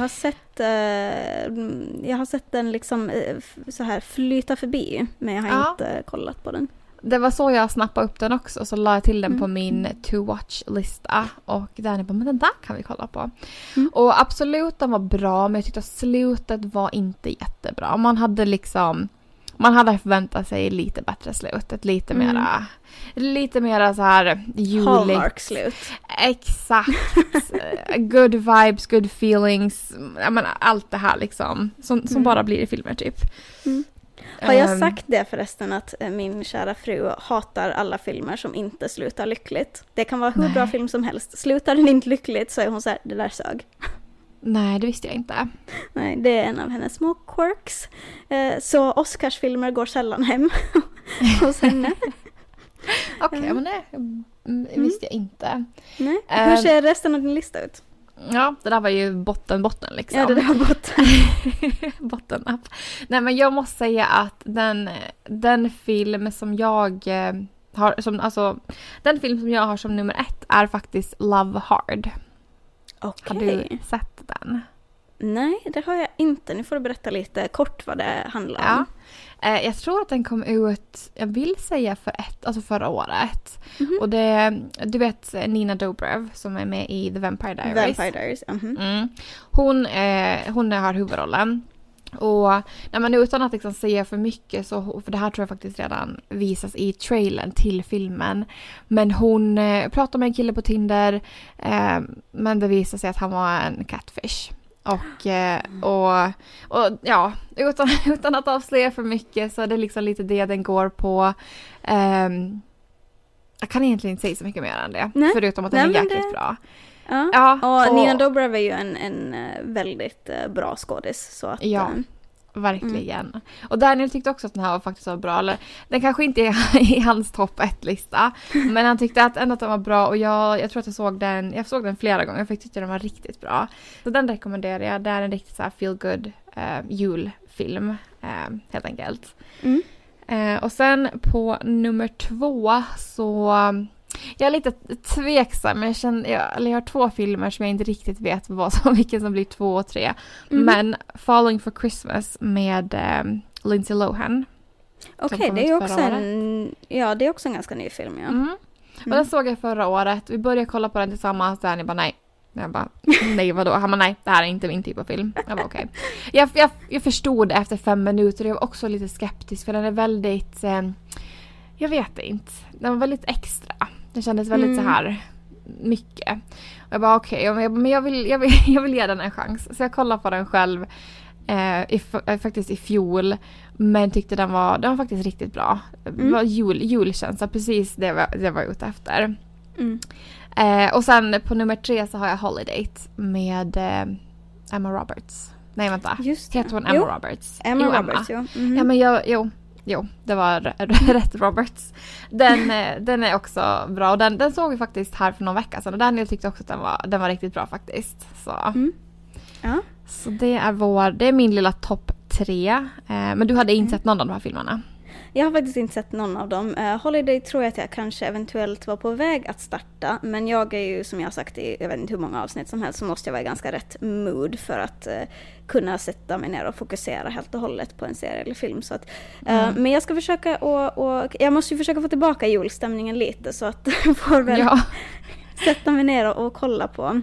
Jag har sett den liksom så här flyta förbi, men jag har inte kollat på den. Det var så jag snappade upp den också, så la jag till den på min to-watch-lista. Och där bara, men den där kan vi kolla på. Och absolut, den var bra, men jag tyckte att slutet var inte jättebra. Man hade förväntat sig lite bättre slut. Ett lite mera så här juligt. Hallmark-slut. Exakt. Good vibes, good feelings. Jag menar, allt det här liksom. Som bara blir i filmer typ. Har jag sagt det förresten, att min kära fru hatar alla filmer som inte slutar lyckligt? Det kan vara hur bra film som helst. Slutar den inte lyckligt så är hon så här, det där sög. Nej, det visste jag inte. Nej, det är en av hennes små quirks. Så Oscarsfilmer går sällan hem hos henne. Okej, men det visste jag inte. Nej. Hur ser resten av din lista ut? Ja, det där var ju botten liksom. Ja, det där var botten. Botten up. Nej, men jag måste säga att den film som jag har som nummer 1 är faktiskt Love Hard. Okay. Har du sett den? Nej, det har jag inte. Nu får du berätta lite kort vad det handlar om. Jag tror att den kom ut, jag vill säga förra året. Och det, du vet Nina Dobrev som är med i The Vampire Diaries. Vampire Diaries, Hon har huvudrollen. Och när man utan att liksom säga för mycket, så, för det här tror jag faktiskt redan visas i trailern till filmen, men hon pratar med en kille på Tinder, men det visar sig att han var en catfish. Och ja, utan att avslöja för mycket, så är det liksom lite det den går på. Jag kan egentligen inte säga så mycket mer än det. Nej. Förutom att den är jäkligt bra. Ja, och Nina Dobrev är ju en väldigt bra skådis. Så att, ja, verkligen. Och Daniel tyckte också att den här var faktiskt så bra. Eller, den kanske inte är i hans topp 1-lista. Men han tyckte att ändå att den var bra. Och jag tror att jag såg den flera gånger. Jag tyckte den var riktigt bra. Så den rekommenderar jag. Det är en riktigt så här feel good julfilm. Helt enkelt. Och sen på nummer 2 så... Jag är lite tveksam, men jag har 2 filmer som jag inte riktigt vet vilken som blir 2 och 3. Men Falling for Christmas med Lindsay Lohan. Okej, det är också det är också en ganska ny film, ja. Och den såg jag förra året. Vi började kolla på den tillsammans, där ni bara nej. Jag bara, nej vadå? Han bara, nej, det här är inte min typ av film. Jag bara, okej. Jag förstod det efter 5 minuter. Jag var också lite skeptisk, för den är väldigt... jag vet inte. Den var väldigt extra. Det kändes väldigt så här mycket. Och jag bara okej, men jag vill ge den en chans. Så jag kollade på den själv faktiskt i fjol, men tyckte den var faktiskt riktigt bra. Det var julkänsla, precis det var jag ute efter. Och sen på nummer 3 så har jag Holiday med Emma Roberts. Nej, vänta. Just heter hon Emma Roberts? Emma Roberts, ja. Ja, men Jo, det var rätt Roberts. Den är också bra. Och den såg vi faktiskt här för någon vecka sedan. Och Daniel tyckte också att den var riktigt bra faktiskt. Så, ja. Så det är min lilla topp 3. Men du hade inte sett någon av de här filmerna? Jag har faktiskt inte sett någon av dem. Holiday tror jag att jag kanske eventuellt var på väg att starta. Men jag är ju, som jag har sagt i jag vet inte hur många avsnitt som helst, så måste jag vara i ganska rätt mood för att kunna sätta mig ner och fokusera helt och hållet på en serie eller film. Så att, men jag ska försöka och jag måste ju försöka få tillbaka julstämningen lite, så att jag får väl sätta mig ner och kolla på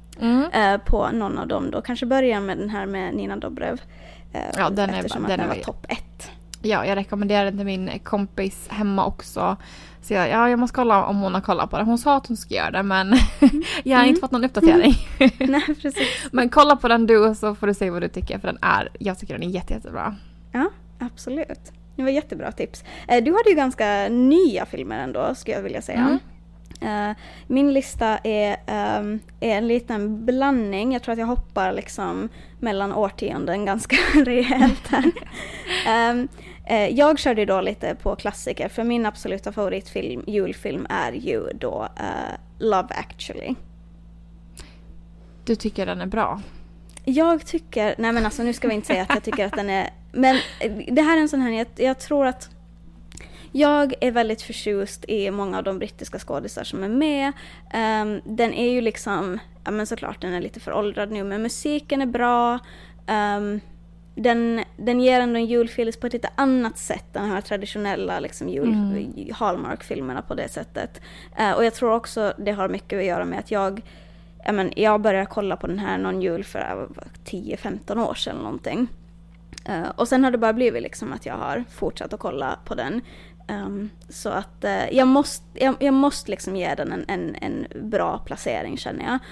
någon av dem då. Kanske börja med den här med Nina Dobrev. Eftersom den var topp 1. Ja, jag rekommenderar den till min kompis hemma också. Så jag måste kolla om hon har kollat på det. Hon sa att hon ska göra det, men jag har inte fått någon uppdatering. Nej, precis. Men kolla på den du, så får du se vad du tycker. För jag tycker den är jättebra. Ja, absolut. Det var jättebra tips. Du hade ju ganska nya filmer ändå, skulle jag vilja säga. Min lista är en liten blandning. Jag tror att jag hoppar liksom mellan årtionden ganska rejält här. Jag körde då lite på klassiker, för min absoluta julfilm är ju då Love Actually. Du tycker den är bra? Jag tycker, nej men alltså nu ska vi inte säga att jag tycker att den är, men det här är en sån här, jag tror att jag är väldigt förtjust i många av de brittiska skådisar som är med. Den är ju liksom, ja men såklart den är lite föråldrad nu, men musiken är bra. Den ger ändå en julfeeling på ett lite annat sätt än de här traditionella liksom Hallmark-filmerna på det sättet. Och jag tror också det har mycket att göra med att jag började kolla på den här någon jul för 10-15 år sedan eller någonting. Och sen har det bara blivit liksom att jag har fortsatt att kolla på den. Så att jag måste liksom ge den en bra placering, känner jag.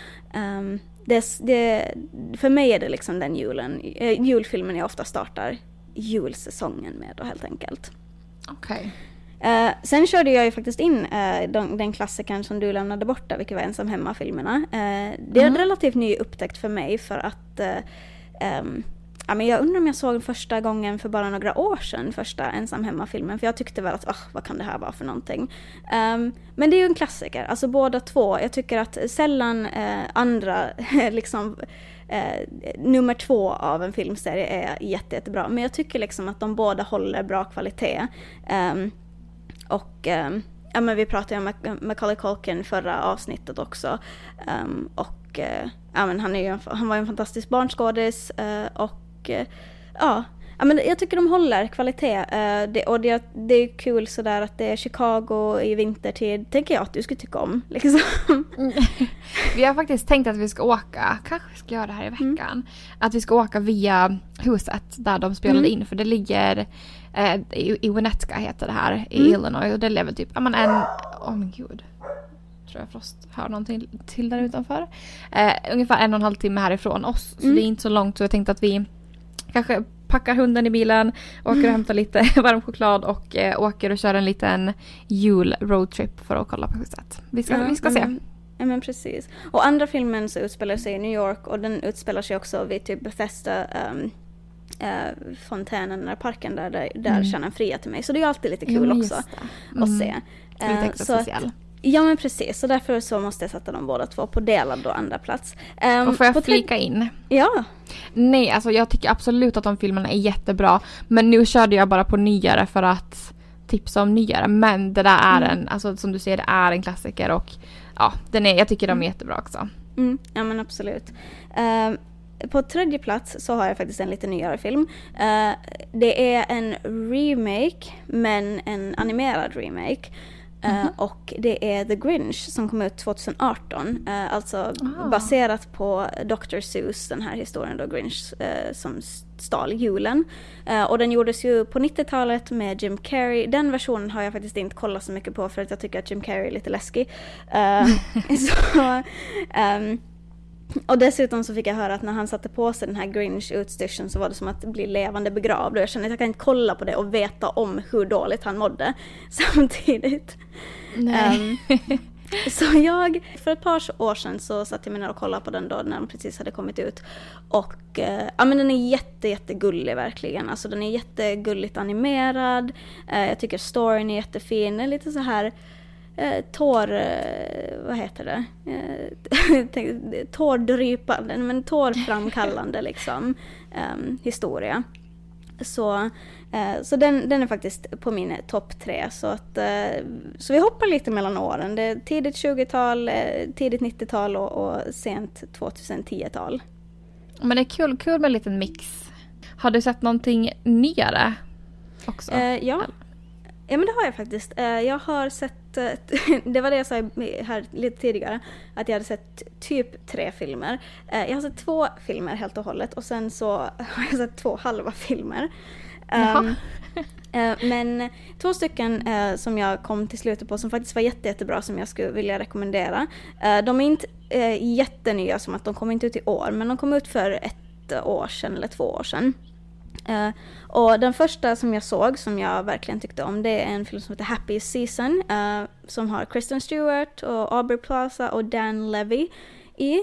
För mig är det liksom den julfilmen jag ofta startar julsäsongen med då, helt enkelt. Okej. Sen körde jag ju faktiskt in den klassikern som du lämnade bort där, vilket var Ensam hemma-filmerna. Det är en relativt ny upptäckt för mig, för att men jag undrar om jag såg den första gången för bara några år sedan, första Ensam hemma-filmen, för jag tyckte väl att vad kan det här vara för någonting. Men det är ju en klassiker, alltså båda två. Jag tycker att sällan andra liksom nummer 2 av en filmserie är jättebra, men jag tycker liksom att de båda håller bra kvalitet. Men vi pratade om Macaulay Culkin förra avsnittet också. Han var ju en fantastisk barnskådis, och Ja, men jag tycker de håller kvalitet. Det är kul sådär att det är Chicago i vintertid. Tänker jag att du skulle tycka om. Liksom. Vi har faktiskt tänkt att vi ska åka, kanske vi ska göra det här i veckan. Att vi ska åka via huset där de spelade in. För det ligger i Winnetka heter det här i Illinois. Och det lever typ, åh min gud. Tror jag Frost hör någonting till där utanför. Ungefär 1,5 timme härifrån oss. Så det är inte så långt, så jag tänkte att vi kanske packar hunden i bilen, åker och hämtar lite varm choklad och åker och kör en liten jul-roadtrip för att kolla på huset. Vi ska se. Ja, men precis. Och andra filmen så utspelar sig i New York och den utspelar sig också vid typ Bethesda fontänen, den där parken där känner fria till mig. Så det är alltid lite kul också att se. Lite extra speciell. Ja, men precis. Så därför så måste jag sätta dem båda två på delad då andra plats. Och får jag flika in? Ja. Nej, alltså jag tycker absolut att de filmerna är jättebra. Men nu körde jag bara på nyare för att tipsa om nyare. Men det där är alltså som du säger, det är en klassiker. Och ja, jag tycker de är jättebra också. Ja, men absolut. På tredje plats så har jag faktiskt en lite nyare film. Det är en remake, men en animerad remake. Och det är The Grinch som kom ut 2018. Alltså baserat på Dr. Seuss, den här historien då, Grinch som stal julen. Och den gjordes ju på 90-talet med Jim Carrey. Den versionen har jag faktiskt inte kollat så mycket på för att jag tycker att Jim Carrey är lite läskig. Och dessutom så fick jag höra att när han satte på sig den här Grinch-utstyrseln så var det som att bli levande begravd. Och jag kände att jag kan inte kolla på det och veta om hur dåligt han mådde samtidigt. Nej. Så för ett par år sedan så satt jag mig ner och kollade på den då när den precis hade kommit ut. Och men den är jättegullig verkligen. Alltså den är jättegulligt animerad. Jag tycker storyn är jättefin. Den är lite så här vad heter det? Tårdrypande, men tårframkallande liksom historia. Så den är faktiskt på min topp 3. Så vi hoppar lite mellan åren. Det är tidigt 20-tal, tidigt 90-tal och sent 2010-tal. Men det är kul med en liten mix. Har du sett någonting nyare också? Ja, men det har jag faktiskt. Jag har sett, det var det jag sa här lite tidigare, att jag hade sett typ 3 filmer. Jag har sett 2 filmer helt och hållet och sen så har jag sett 2 halva filmer. Men 2 stycken som jag kom till slutet på som faktiskt var jättebra som jag skulle vilja rekommendera. De är inte jättenya som att de kom inte ut i år, men de kom ut för 1 år sedan eller 2 år sedan. Och den första som jag såg som jag verkligen tyckte om, det är en film som heter Happy Season som har Kristen Stewart och Aubrey Plaza och Dan Levy i.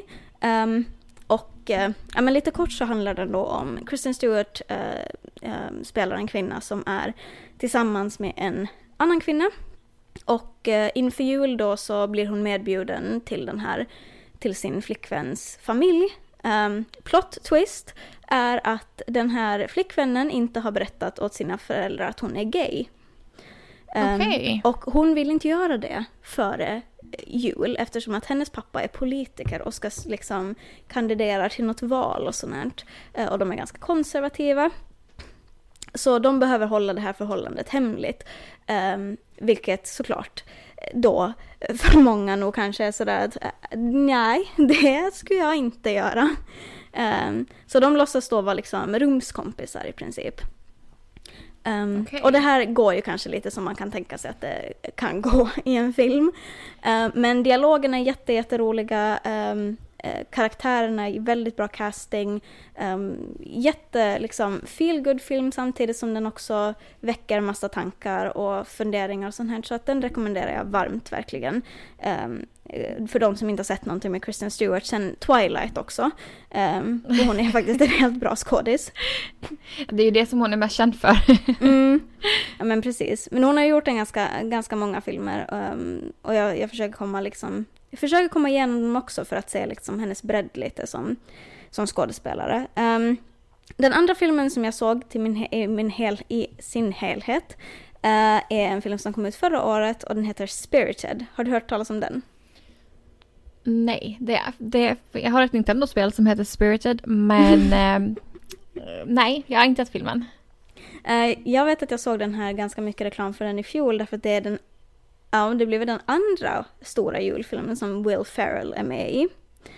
Men lite kort så handlar den då om Kristen Stewart spelar en kvinna som är tillsammans med en annan kvinna. Och inför jul då så blir hon medbjuden till sin flickväns familj. Plot twist är att den här flickvännen inte har berättat åt sina föräldrar att hon är gay. Och hon vill inte göra det före jul eftersom att hennes pappa är politiker och ska liksom kandidera till något val och sånt. Och de är ganska konservativa. Så de behöver hålla det här förhållandet hemligt. Vilket såklart då för många nog kanske är sådär att nej, det skulle jag inte göra. Så de låtsas då vara liksom rumskompisar i princip. Och det här går ju kanske lite som man kan tänka sig att det kan gå i en film. Men dialogerna är jätteroliga. Karaktärerna är väldigt bra casting. Liksom feel good film samtidigt som den också väcker massa tankar och funderingar och sånt här. Så att den rekommenderar jag varmt verkligen. För de som inte har sett någonting med Kristen Stewart sen Twilight också. Och hon är faktiskt en helt bra skådis. Det är ju det som hon är mest känd för. Ja, men precis. Men hon har gjort ganska många filmer. Och jag försöker komma igenom dem också för att se liksom hennes bredd lite som skådespelare. Den andra filmen som jag såg i sin helhet är en film som kom ut förra året och den heter Spirited. Har du hört talas om den? Nej, jag har ett Nintendo-spel som heter Spirited, men nej, jag har inte sett filmen. Jag vet att jag såg den här ganska mycket reklam för den i fjol därför att det blev den andra stora julfilmen som Will Ferrell är med i.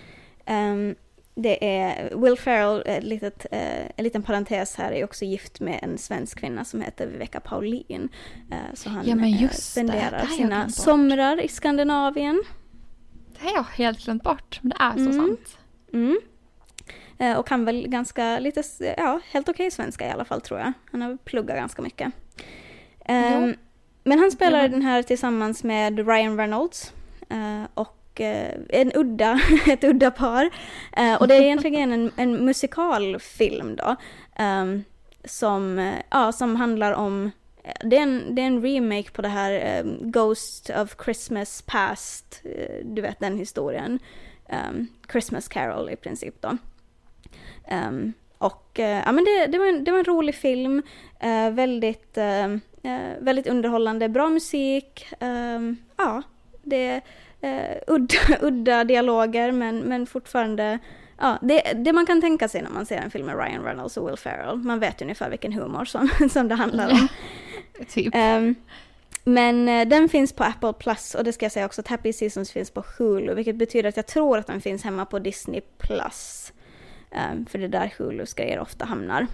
Det är Will Ferrell, en liten parentes här, är också gift med en svensk kvinna som heter Viveka Paulin. Så han spenderar sina somrar i Skandinavien. Det har jag helt glömt bort, men det är så sant. Och han väl ganska helt okej svenska i alla fall, tror jag. Han har pluggat ganska mycket. Men han spelar den här tillsammans med Ryan Reynolds och ett udda par. Och det är egentligen en musikalfilm då, som handlar om, det är en remake på det här Ghost of Christmas Past, du vet den historien. Christmas Carol i princip då. Men det var en rolig film, väldigt underhållande, bra musik, det är udda dialoger men fortfarande det man kan tänka sig när man ser en film med Ryan Reynolds och Will Ferrell. Man vet ungefär vilken humor som det handlar om. Typ. Men den finns på Apple Plus, och det ska jag säga också att Happy Seasons finns på Hulu, vilket betyder att jag tror att den finns hemma på Disney Plus. För det där Hulus grejer ofta hamnar.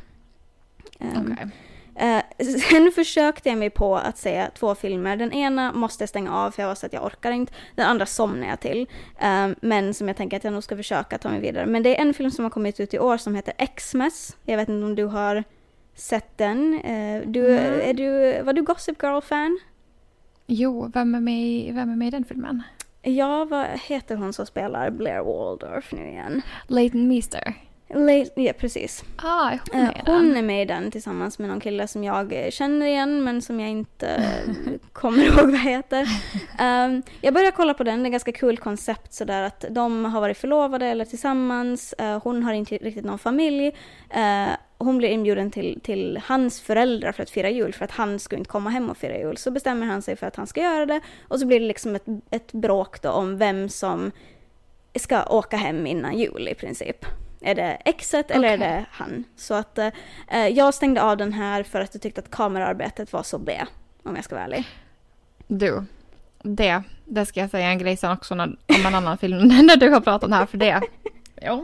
Sen försökte jag mig på att se 2 filmer. Den ena måste jag stänga av för jag var så att jag orkar inte. Den andra somnar jag till. Men som jag tänker att jag nog ska försöka ta mig vidare. Men det är en film som har kommit ut i år som heter Xmas. Jag vet inte om du har sett den. Var du Gossip Girl-fan? Jo, vem är med i den filmen? Ja, vad heter hon som spelar Blair Waldorf nu igen? Leighton Meester. Ja, precis. Hon är med i den tillsammans med någon kille som jag känner igen men som jag inte kommer ihåg vad heter. Jag började kolla på den, det är ganska kul koncept sådär att de har varit förlovade eller tillsammans. Hon har inte riktigt någon familj. Hon blir inbjuden till hans föräldrar för att fira jul, för att han skulle inte komma hem och fira jul. Så bestämmer han sig för att han ska göra det, och så blir det liksom ett bråk då om vem som ska åka hem innan jul i princip. Är det exet eller är det han? Så att jag stängde av den här för att jag tyckte att kamerarbetet var så bä, om jag ska vara ärlig. Du, det ska jag säga en grej sen också om en annan film när du har pratat om här, för det. Jo.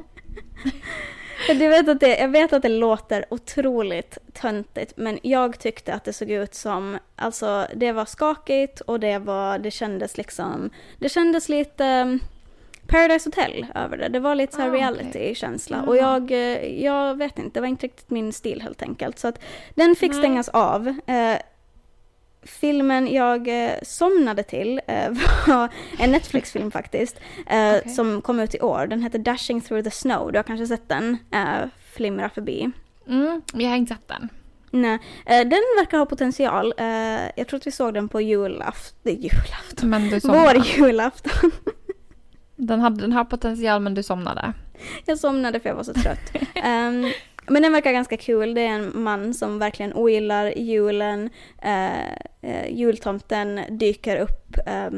Jag vet att det låter otroligt töntigt, men jag tyckte att det såg ut som, alltså det var skakigt och det kändes lite Paradise Hotel över det. Det var lite så här reality-känsla. Och jag vet inte, det var inte riktigt min stil helt enkelt. Så att den fick stängas av. Filmen jag somnade till var en Netflix-film faktiskt, som kom ut i år. Den heter Dashing Through the Snow. Du har kanske sett den flimra förbi. Jag har inte sett den. Nej, den verkar ha potential. Jag tror att vi såg den på julafton. Men du somnade. Vår julafton. Den har potential, men du somnade. Jag somnade för jag var så trött. Men den verkar ganska kul. Det är en man som verkligen ogillar julen. Jultomten dyker upp.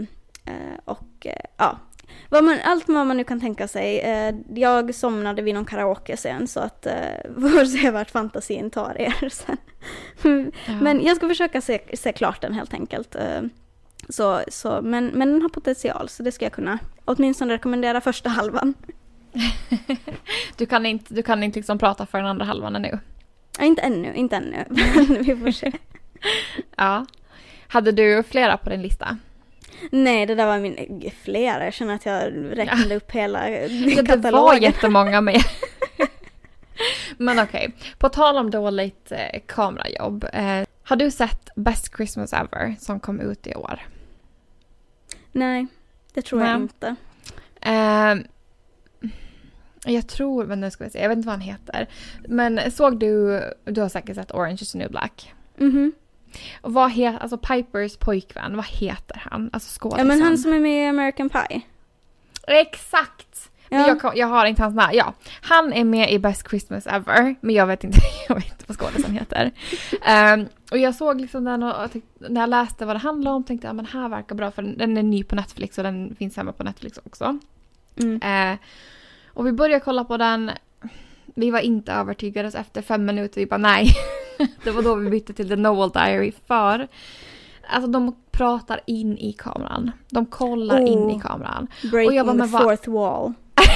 Allt vad man nu kan tänka sig. Jag somnade vid någon karaoke-scen, så att vi får se vart fantasin tar er sen. Men jag ska försöka se klart den helt enkelt. Men den har potential, så det ska jag kunna åtminstone rekommendera första halvan. Du kan inte liksom prata för den andra halvan ännu. Inte ännu. Vi får se. Ja. Hade du flera på din lista? Nej, det där var flera. Jag känner att jag räknade upp hela katalogen. Det var jättemånga med. Men okej. På tal om dåligt kamerajobb. Har du sett Best Christmas Ever som kom ut i år? Nej, det tror jag inte. Jag tror, men nu ska vi se, jag vet inte vad han heter. Men såg du har säkert sett Orange is the New Black. Och vad heter, alltså Pipers pojkvän, vad heter han? Alltså skådisen. Ja, men han som är med i American Pie. Exakt. Ja. Jag har inte hans namn. Ja, han är med i Best Christmas Ever, men jag vet inte vad skådisen heter. Och jag såg liksom den och när jag läste vad det handlade om tänkte jag, men här verkar bra, för den är ny på Netflix och den finns hemma på Netflix också. Och vi började kolla på den. vi var inte övertygade, så efter 5 minuter vi bara nej. Det var då vi bytte till The Noel Diary, för alltså de pratar in i kameran. De kollar in i kameran. Breaking och jag bara, the fourth wall.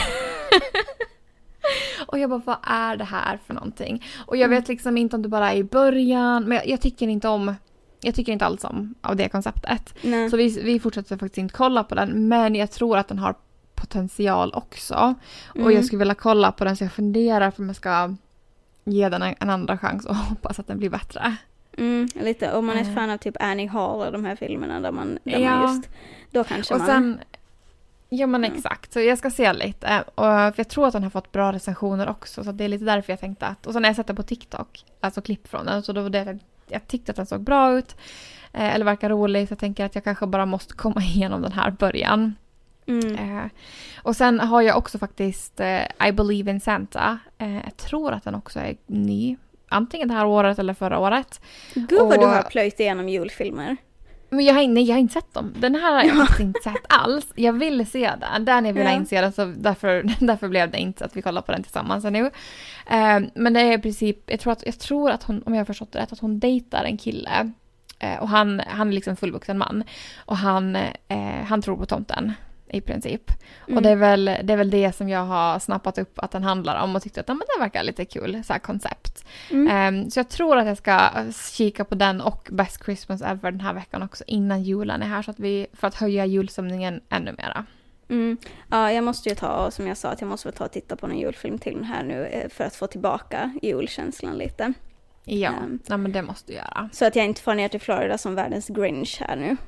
Och jag bara, vad är det här för någonting? Och jag vet liksom inte om det bara är i början, men jag tycker inte alls om av det konceptet. Nej. Så vi fortsätter faktiskt inte kolla på den, men jag tror att den har potential också. Och jag skulle vilja kolla på den, så jag funderar på om jag ska ge den en andra chans och hoppas att den blir bättre. Lite, om man är ett fan av typ Annie Hall och de här filmerna där man just, då kanske och man... Sen, ja men exakt, så jag ska se lite. Och för jag tror att den har fått bra recensioner också, så det är lite därför jag tänkte att... Och sen har jag sett den på TikTok, alltså klipp från den, så då var det jag tyckte att den såg bra ut. Eller verkar rolig, så jag tänker att jag kanske bara måste komma igenom den här början. Och sen har jag också faktiskt I Believe in Santa. Jag tror att den också är ny. Antingen det här året eller förra året. Gud vad du har plöjt igenom julfilmer. Men jag har inte sett dem. Den här har jag faktiskt inte sett alls. Jag ville se den. Där ni ville se den, så därför blev det inte att vi kollar på den tillsammans nu. Men det är i princip, jag tror att hon, om jag har förstått det rätt, att hon dejtar en kille. Och han är liksom fullvuxen man. Och han tror på tomten i princip. Och det är väl det som jag har snappat upp att den handlar om och tyckte att men det verkar lite kul, så här koncept. Så jag tror att jag ska kika på den och Best Christmas Ever den här veckan också innan julen är här, så att för att höja julstämningen ännu mera. Ja, jag måste ju som jag sa, att jag måste väl ta och titta på en julfilm till den här nu för att få tillbaka julkänslan lite. Ja, men det måste du göra. Så att jag inte får ner till Florida som världens Grinch här nu.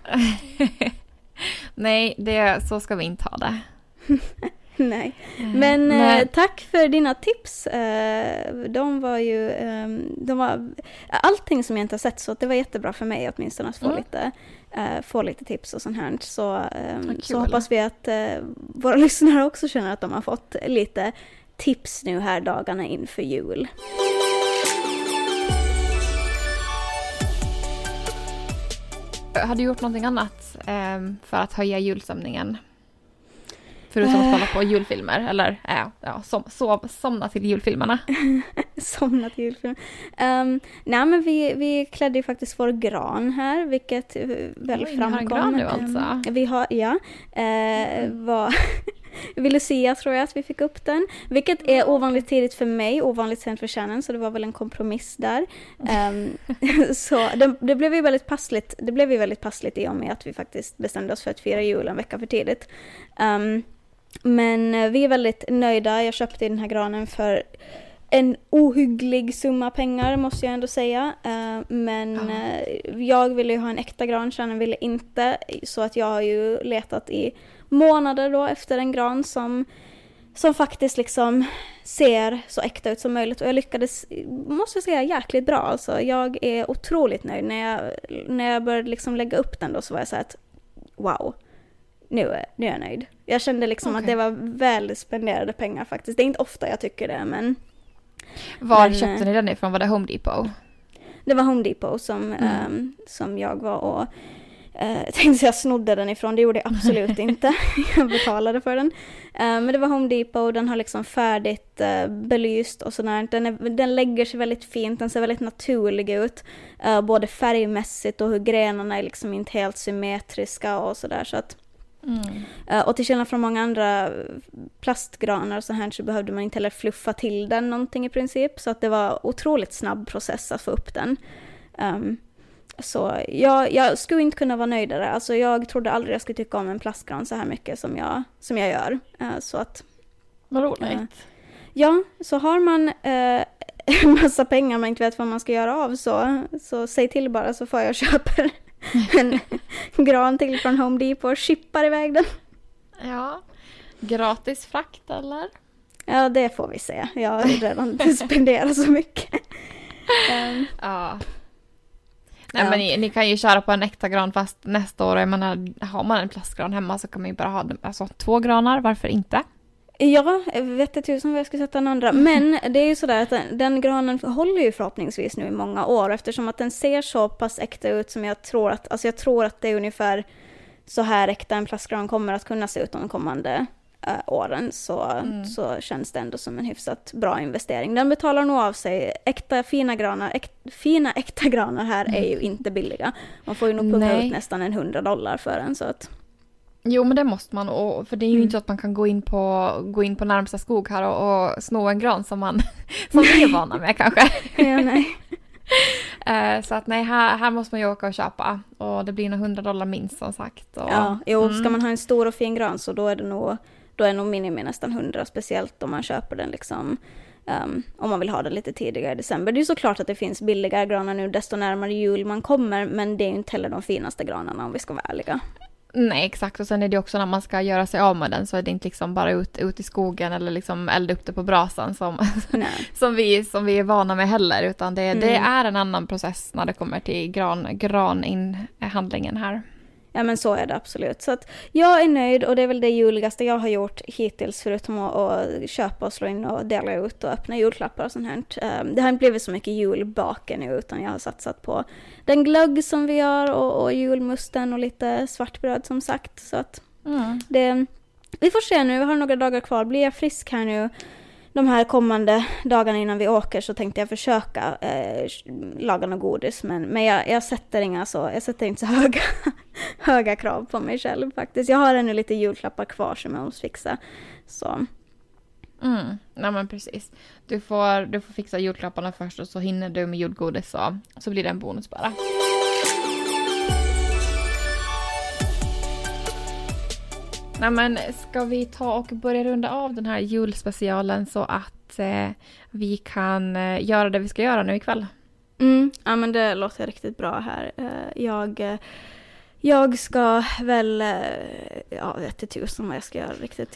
Nej, så ska vi inte ha det. Nej. Men tack för dina tips. De var allting som jag inte har sett, så det var jättebra för mig åtminstone att få lite tips och sånt här. Så hoppas vi att våra lyssnare också känner att de har fått lite tips nu här dagarna inför jul. Har du gjort någonting annat för att höja julstämningen? Förutom att kolla på julfilmer, eller somna till julfilmerna. Somna till julfilmer. Nej, men vi klädde ju faktiskt vår gran här, vilket väl framkom. Har en gran nu alltså? Vi har, Lucia tror jag att vi fick upp den, vilket är ovanligt tidigt för mig, ovanligt sent för Shannon, så det var väl en kompromiss där. Så det blev ju väldigt passligt. Det blev ju väldigt passligt i och med att vi faktiskt bestämde oss för att fira jul en vecka för tidigt. Men vi är väldigt nöjda. Jag köpte den här granen för en ohygglig summa pengar, måste jag ändå säga. Men jag ville ju ha en äkta gran, Shannon ville inte. Så att jag har ju letat i månader då efter en gran som faktiskt liksom ser så äkta ut som möjligt. Och jag lyckades, måste jag säga, jäkligt bra. Alltså, jag är otroligt nöjd. När jag började liksom lägga upp den då, så var jag så här att wow, nu är jag nöjd. Jag kände liksom att det var väl spenderade pengar faktiskt. Det är inte ofta jag tycker det, men... Var köpte ni den ifrån? Var det Home Depot? Det var Home Depot som jag var och tänkte säga snodde den ifrån. Det gjorde jag absolut inte. Jag betalade för den. Men det var Home Depot. Den har liksom färdigt belyst och sådär. Den lägger sig väldigt fint. Den ser väldigt naturlig ut. Både färgmässigt och hur grenarna är liksom inte helt symmetriska och sådär. Så att och till skillnad från många andra plastgranar och så här, så behövde man inte heller fluffa till den någonting i princip, så att det var otroligt snabb process att få upp den. Så jag skulle inte kunna vara nöjdare. Alltså jag trodde aldrig jag skulle tycka om en plastgran så här mycket som jag gör. Så att vad roligt. Ja, så har man en massa pengar man inte vet vad man ska göra av, så säg till bara, så får jag köpa en gran till från Home Depot och shippar iväg den. Ja. Gratis frakt eller? Ja, det får vi se. Jag har redan spenderat så mycket. Ja. Nej, men ni kan ju köra på en äkta gran fast nästa år. Jag menar, har man en plastgran hemma så kan man ju bara ha 2 granar. Varför inte? Ja, jag vet inte tusen vad jag ska sätta den andra. Men det är ju sådär att den granen håller ju förhoppningsvis nu i många år. Eftersom att den ser så pass äkta ut som jag tror att... Alltså jag tror att det är ungefär så här äkta en plastgran kommer att kunna se ut de kommande åren så känns det ändå som en hyfsat bra investering. Den betalar nog av sig. Fina äkta granar här är ju inte billiga. Man får ju nog punga ut nästan $100 för en, så att... Jo, men det måste man, för det är ju inte så att man kan gå in på närmsta skog här och snå en gran som vi är vana med kanske. Ja, nej. Så att nej, här måste man ju åka och köpa, och det blir nog $100 minst, som sagt. Och, ska man ha en stor och fin gran så då är nog minimi nästan 100, speciellt om man köper den liksom om man vill ha den lite tidigare i december. Det är ju såklart att det finns billigare granar nu desto närmare jul man kommer, men det är ju inte heller de finaste granarna om vi ska vara ärliga. Nej, exakt. Och sen är det också när man ska göra sig av med den, så är det inte liksom bara ut i skogen eller liksom elda upp det på brasan som vi är vana med heller, utan det är en annan process när det kommer till graninhandlingen här. Ja, men så är det absolut. Så att jag är nöjd, och det är väl det juligaste jag har gjort hittills, förutom att köpa och slå in och dela ut och öppna julklappar och sånt här. Det har inte blivit så mycket julbaken nu, utan jag har satsat på den glögg som vi gör och julmusten och lite svartbröd som sagt. Så att vi får se nu, vi har några dagar kvar. Blir jag frisk här nu de här kommande dagarna innan vi åker, så tänkte jag försöka laga något godis, men jag sätter inte så höga krav på mig själv faktiskt. Jag har ännu lite julklappar kvar som jag måste fixa. Så. Nej, men precis. Du får fixa julklapparna först, och så hinner du med julgodis, så blir det en bonus bara. Nej, men ska vi ta och börja runda av den här julspecialen så att vi kan göra det vi ska göra nu ikväll? Ja, men det låter riktigt bra här. Jag ska väl, vet inte tusen vad jag ska göra riktigt.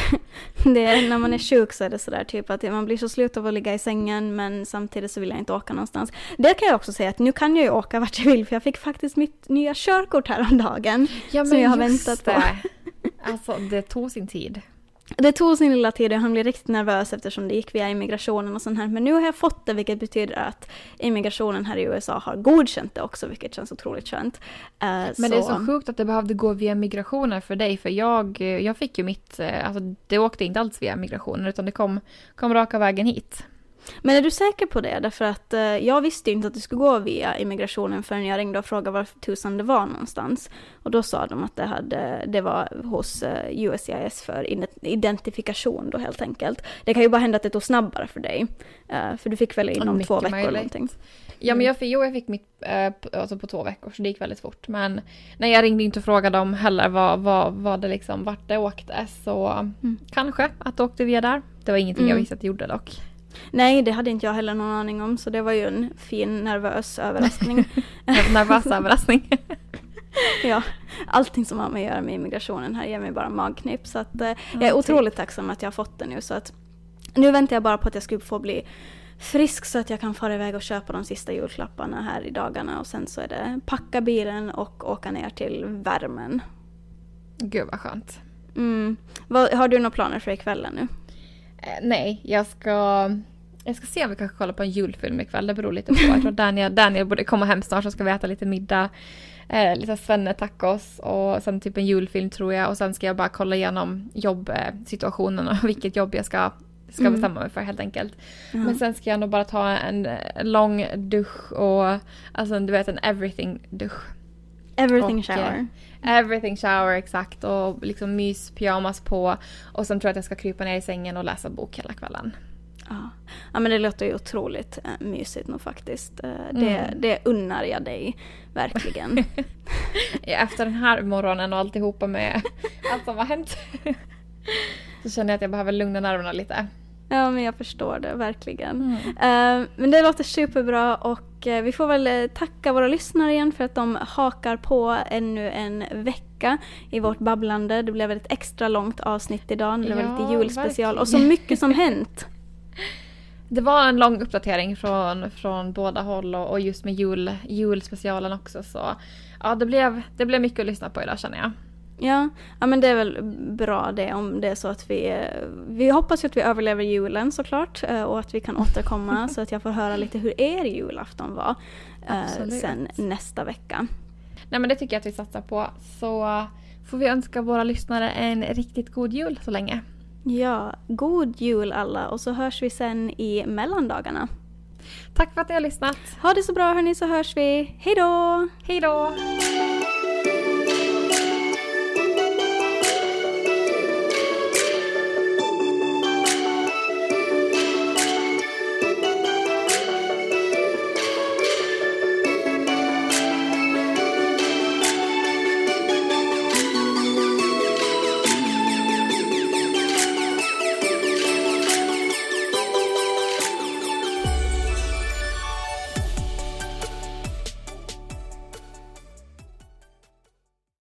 När man är sjuk så är det sådär typ att man blir så slut av att ligga i sängen, men samtidigt så vill jag inte åka någonstans. Det kan jag också säga att nu kan jag ju åka vart jag vill, för jag fick faktiskt mitt nya körkort här om dagen som jag har väntat på. Alltså, det tog sin tid. Det tog sin lilla tid och han blev riktigt nervös eftersom det gick via immigrationen och sånt här. Men nu har jag fått det, vilket betyder att immigrationen här i USA har godkänt det också, vilket känns otroligt skönt. Men det är så sjukt att det behövde gå via migrationen för dig, för jag fick ju mitt, alltså det åkte inte alls via migrationen utan det kom raka vägen hit. Men är du säker på det? Därför att jag visste inte att det skulle gå via immigrationen förrän jag ringde och frågade var tusan det var någonstans. Och då sa de att det var hos USCIS för identifikation då helt enkelt. Det kan ju bara hända att det tog snabbare för dig. För du fick väl inom 2 veckor eller någonting. Ja, men jag fick mitt alltså på 2 veckor, så det gick väldigt fort. Men när jag ringde inte och frågade dem heller vad det liksom, vart det åkte, så kanske att det åkte via där. Det var ingenting jag visste att det gjorde dock. Nej, det hade inte jag heller någon aning om, så det var ju en fin nervös överraskning. Nervös överraskning. Ja, allting som har med att göra med immigrationen här ger mig bara magknip, så att jag är otroligt tacksam att jag har fått det nu, så att nu väntar jag bara på att jag ska få bli frisk så att jag kan fara iväg och köpa de sista julklapparna här i dagarna, och sen så är det packa bilen och åka ner till värmen. Gud vad skönt. Har du några planer för ikvällen nu? Nej, jag ska se om vi kan kolla på en julfilm ikväll. Det beror lite på. Jag tror Daniel borde komma hem snart, så ska vi äta lite middag. Lite svennetacos och sen typ en julfilm tror jag. Och sen ska jag bara kolla igenom jobbsituationen och vilket jobb jag ska bestämma mig för helt enkelt. Men sen ska jag nog bara ta en lång dusch och alltså du vet en everything-dusch. Everything shower. Everything shower, exakt. Och liksom pyjamas på. Och sen tror jag att jag ska krypa ner i sängen och läsa bok hela kvällen. Ja, men det låter ju otroligt mysigt nog faktiskt. Det unnar jag dig, verkligen. Efter den här morgonen och alltihopa med allt som har hänt så känner jag att jag behöver lugna nerverna lite. Ja, men jag förstår det, verkligen. Men det låter superbra, och vi får väl tacka våra lyssnare igen för att de hakar på ännu en vecka i vårt babblande. Det blev ett extra långt avsnitt idag, det var lite julspecial verkligen. Och så mycket som hänt. Det var en lång uppdatering från båda håll och just med julspecialen också, så ja, det blev mycket att lyssna på idag känner jag. Ja, men det är väl bra det, om det är så att vi hoppas ju att vi överlever julen såklart, och att vi kan återkomma så att jag får höra lite hur er julafton var sen nästa vecka. Nej, men det tycker jag att vi satsar på. Så får vi önska våra lyssnare en riktigt god jul så länge. Ja, god jul alla och så hörs vi sen i mellandagarna. Tack för att ni har lyssnat. Ha det så bra hörni, så hörs vi. Hej då! Hej då!